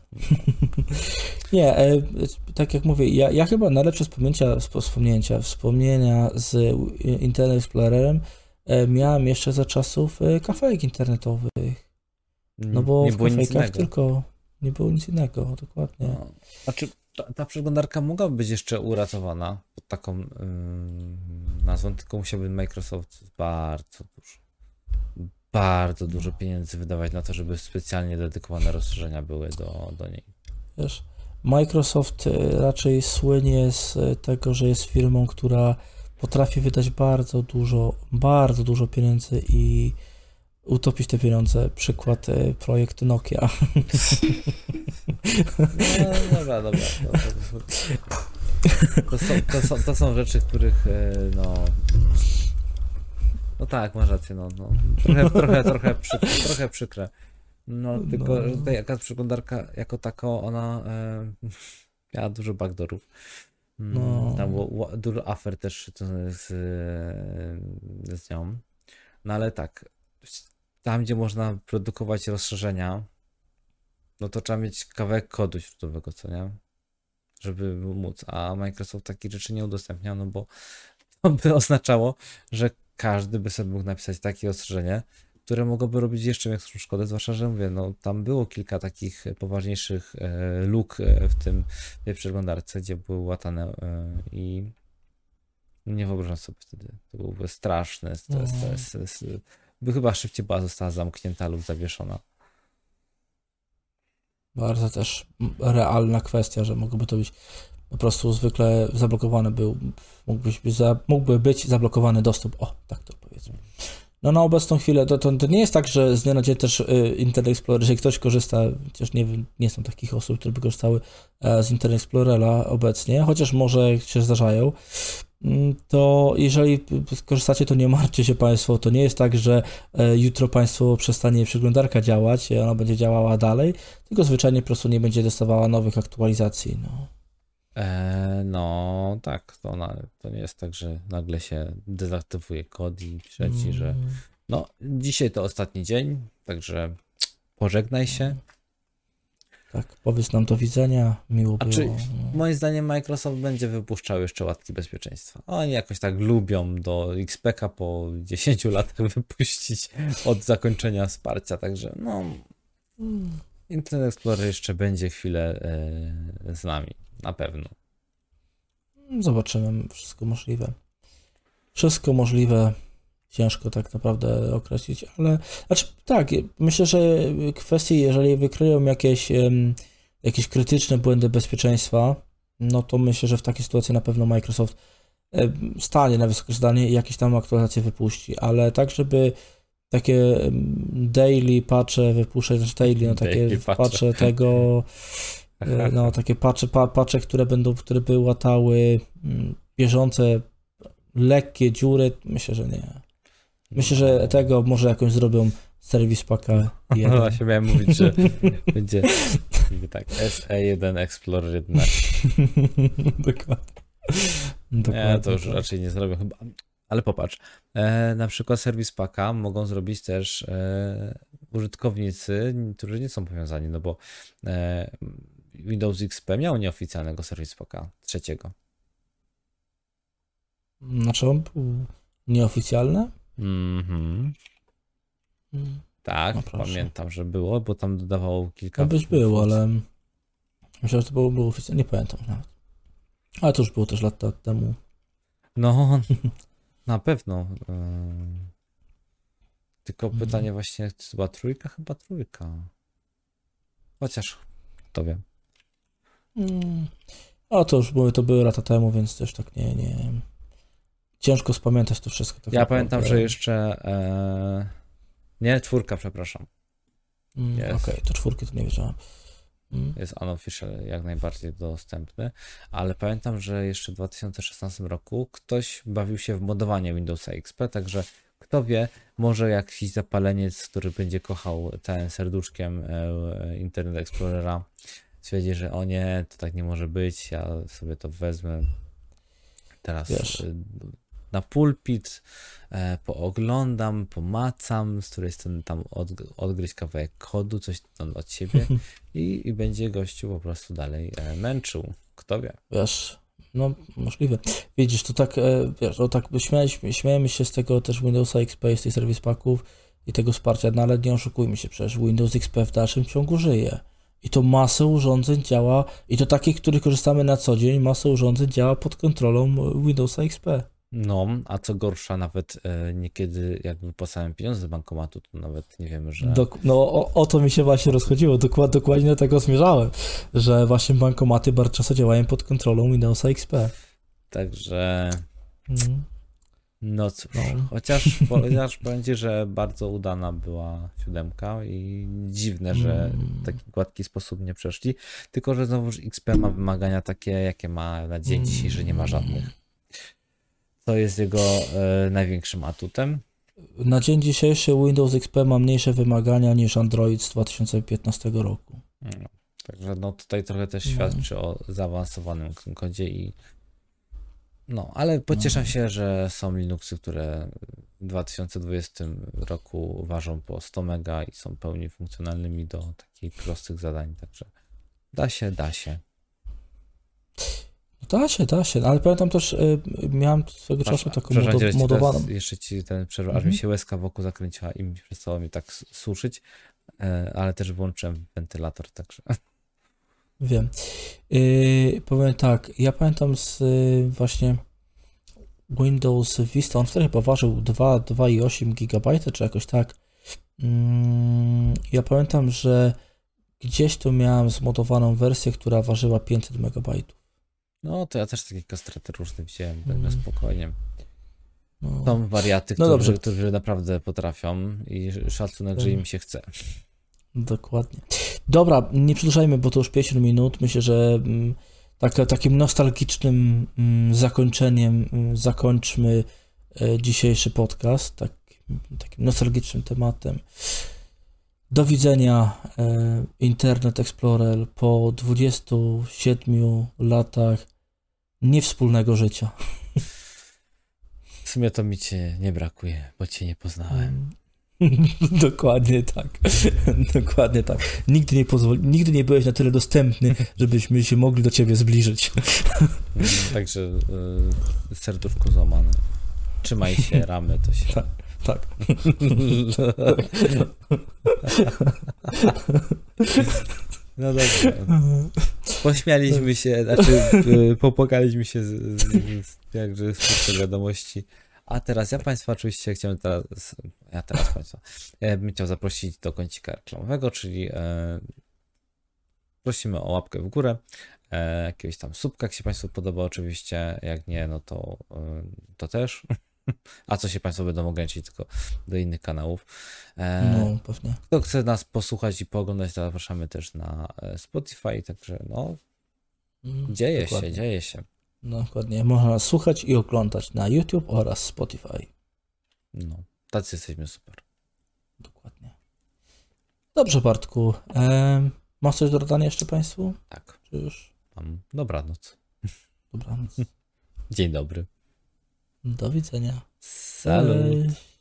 Nie, e, tak jak mówię, ja, ja chyba najlepsze wspomnienia, wspo- wspomnienia, wspomnienia z Internet Explorerem e, miałem jeszcze za czasów e, kafejek internetowych. No bo nie w było nic kafejkach innego. tylko nie było nic innego, dokładnie. No. Znaczy, ta, ta przeglądarka mogłaby być jeszcze uratowana pod taką ym, nazwą, tylko musiałby Microsoft bardzo dużo, bardzo dużo pieniędzy wydawać na to, żeby specjalnie dedykowane rozszerzenia były do, do niej. Wiesz, Microsoft e, raczej słynie z e, tego, że jest firmą, która potrafi wydać bardzo dużo, bardzo dużo pieniędzy i utopić te pieniądze. Przykład e, projekt Nokia. No dobra, dobra. To, to, to, są, to, są, to są rzeczy, których e, no... No tak, masz rację, no, no. Trochę, trochę, trochę, przykre, trochę przykre. No tylko, No. że tutaj jakaś przeglądarka jako tako, ona e, miała dużo backdoorów. Mm, No. Tam było ła- dużo afer też z, z nią. No ale tak, tam gdzie można produkować rozszerzenia, no to trzeba mieć kawałek kodu źródłowego, co nie? Żeby móc, a Microsoft takich rzeczy nie udostępnia, no bo to by oznaczało, że każdy by sobie mógł napisać takie rozszerzenie, które mogłyby robić jeszcze większą szkodę, zwłaszcza, że mówię, no tam było kilka takich poważniejszych e, luk e, w tym w tej przeglądarce, gdzie były łatane e, i nie wyobrażam sobie wtedy. To byłoby straszne. Stres, stres, stres. By chyba szybciej była została zamknięta lub zawieszona. Bardzo też realna kwestia, że mogłoby to być po prostu zwykle zablokowany był, mógłby być, za, mógłby być zablokowany dostęp. O, tak to powiedzmy. No na obecną chwilę, to, to, to nie jest tak, że z dnia na dzień też y, Internet Explorer, jeżeli ktoś korzysta, chociaż nie, nie są takich osób, które by korzystały e, z Internet Explorera obecnie, chociaż może się zdarzają, to jeżeli korzystacie, to nie martwcie się Państwo, to nie jest tak, że e, jutro Państwo przestanie przeglądarka działać i ona będzie działała dalej, tylko zwyczajnie po prostu nie będzie dostawała nowych aktualizacji. No. E, no tak, to, na, to nie jest tak, że nagle się dezaktywuje kod i pisze ci, że no dzisiaj to ostatni dzień, także pożegnaj się. Tak, powiedz nam do widzenia, miło A było. czy No. moim zdaniem Microsoft będzie wypuszczał jeszcze łatki bezpieczeństwa? Oni jakoś tak lubią do X P K po dziesięciu latach wypuścić od zakończenia wsparcia, także no Internet Explorer jeszcze będzie chwilę e, z nami, na pewno. Zobaczymy, wszystko możliwe. Wszystko możliwe, ciężko tak naprawdę określić, ale znaczy tak, myślę, że kwestie, jeżeli wykryją jakieś, um, jakieś krytyczne błędy bezpieczeństwa, no to myślę, że w takiej sytuacji na pewno Microsoft um, stanie na wysokie zdanie i jakieś tam aktualizacje wypuści, ale tak, żeby takie daily patche wypuszczać, znaczy daily, no takie Daily patche. patche tego, no takie patche, pa, patche, które będą, które by łatały mm, bieżące lekkie dziury, myślę, że nie. Myślę, że tego może jakąś zrobią serwis paka jeden. No właśnie miałem mówić, że będzie tak S E jeden Explorer jedenaście. Dokładnie. Nie, to już tak. raczej nie zrobią chyba. Ale popatrz, e, na przykład serwis paka mogą zrobić też e, użytkownicy, którzy nie są powiązani, no bo e, Windows X P miał nieoficjalnego serwis paka trzeciego. Znaczy on był nieoficjalny? Mhm. Mm. Tak, No proszę. pamiętam, że było, bo tam dodawało kilka... No być było, ale myślę, że to było, było oficjalnie, nie pamiętam nawet. Ale to już było też lata temu. No, na pewno. Ym. Tylko pytanie właśnie, czy to była trójka? Chyba trójka. Chociaż, to wiem. Mm. A to już były, to były lata temu, więc też tak nie, nie... Ciężko spamiętać to wszystko. Tak Ja naprawdę. pamiętam, że jeszcze... E... Nie, czwórka, przepraszam. Mm, Jest. Okej, okay, to czwórki to nie wiedziałem. Mm. Jest unofficial jak najbardziej dostępny, ale pamiętam, że jeszcze w dwa tysiące szesnastym roku ktoś bawił się w modowanie Windowsa X P, także kto wie, może jakiś zapaleniec, który będzie kochał całym serduszkiem e, Internet Explorera, stwierdzi, że o nie, to tak nie może być, ja sobie to wezmę teraz Wiesz. e, na pulpit, e, pooglądam, pomacam, z której strony tam od, odgryźć kawałek kodu, coś tam od siebie i, i będzie gościu po prostu dalej e, męczył. Kto wie? Wiesz, no możliwe. Widzisz, to tak, e, wiesz, to tak śmialiśmy, śmiejemy się z tego też Windowsa X P, z tych serwis paków i tego wsparcia, no ale nie oszukujmy się, przecież Windows X P w dalszym ciągu żyje. I to masę urządzeń działa, i to takich, których korzystamy na co dzień, masę urządzeń działa pod kontrolą Windowsa X P. No, a co gorsza, nawet e, niekiedy jak wypłacałem pieniądze z bankomatu, to nawet nie wiemy, że... Dok- no o, o to mi się właśnie rozchodziło, Dokład, dokładnie do tego zmierzałem, że właśnie bankomaty bardzo często działają pod kontrolą Windowsa X P. Także... Mm. No cóż, No. chociaż, chociaż powiem ci, że bardzo udana była siódemka i dziwne, że Mm. w taki gładki sposób nie przeszli, tylko że znowuż X P ma wymagania takie, jakie ma na dzień dzisiejszy, nie ma żadnych. To jest jego e, największym atutem. Na dzień dzisiejszy Windows X P ma mniejsze wymagania niż Android z dwa tysiące piętnastego roku. No, także no tutaj trochę też No. świadczy o zaawansowanym kodzie i no, ale pocieszam się, że są Linuxy, które w dwa tysiące dwudziestym roku ważą po sto mega i są pełni funkcjonalnymi do takich prostych zadań, także da się, da się. Da się, da się, ale pamiętam też, y, miałem swego Masz- czasu taką przepraszam, modo, Dziewięć, modowaną. teraz jeszcze ci ten przerwę, aż Mhm. mi się łezka wokół zakręciła i mi przestało mi tak s- suszyć, e, ale też włączyłem wentylator, także Wiem. Yy, powiem tak, ja pamiętam z y, właśnie Windows Vista, on wtedy chyba ważył dwa, dwa i osiem gigabajta, czy jakoś tak. Mm, ja pamiętam, że gdzieś tu miałem zmodowaną wersję, która ważyła pięćset megabajtów. no to ja też takie kastrety różne wziąłem, tak Mm. na spokojnie. No, Są wariaty, No którzy, dobrze. którzy naprawdę potrafią i szacunek, że im się chce. dokładnie. Dobra, nie przedłużajmy, bo to już pięćdziesiąt minut. Myślę, że mm, tak, takim nostalgicznym mm, zakończeniem mm, zakończmy e, dzisiejszy podcast, tak, takim nostalgicznym tematem. Do widzenia, e, Internet Explorer, po dwudziestu siedmiu latach niewspólnego życia. W sumie to mi cię nie brakuje, bo cię nie poznałem. Dokładnie tak. Dokładnie tak. Nigdy nie, pozwoli, nigdy nie byłeś na tyle dostępny, żebyśmy się mogli do ciebie zbliżyć. Mm, Także y, serduszko złamane. Trzymaj się, ramy, to się... Tak. Tak. No dobrze. Pośmialiśmy się, znaczy y, popłakaliśmy się z, z, z jakże smutnej wiadomości. A teraz ja Państwa oczywiście chciałem teraz, ja teraz Państwa, ja bym chciał zaprosić do kącika reklamowego, czyli e, prosimy o łapkę w górę, e, jakiegoś tam subka, jak się Państwu podoba oczywiście, jak nie, no to, e, to też. A co się Państwo będą ograniczyć tylko do innych kanałów. E, No, pewnie. Kto chce nas posłuchać i pooglądać, to zapraszamy też na e, Spotify, także no, Mm, dzieje dokładnie. się, dzieje się. No, dokładnie. Można nas słuchać i oglądać na YouTube oraz Spotify. No, tacy jesteśmy super. Dokładnie. Dobrze, Bartku. Em, masz coś do dodania jeszcze Państwu? Tak, Czy już? mam dobranoc. Dobranoc. Dzień dobry. Do widzenia. Salut. Cześć.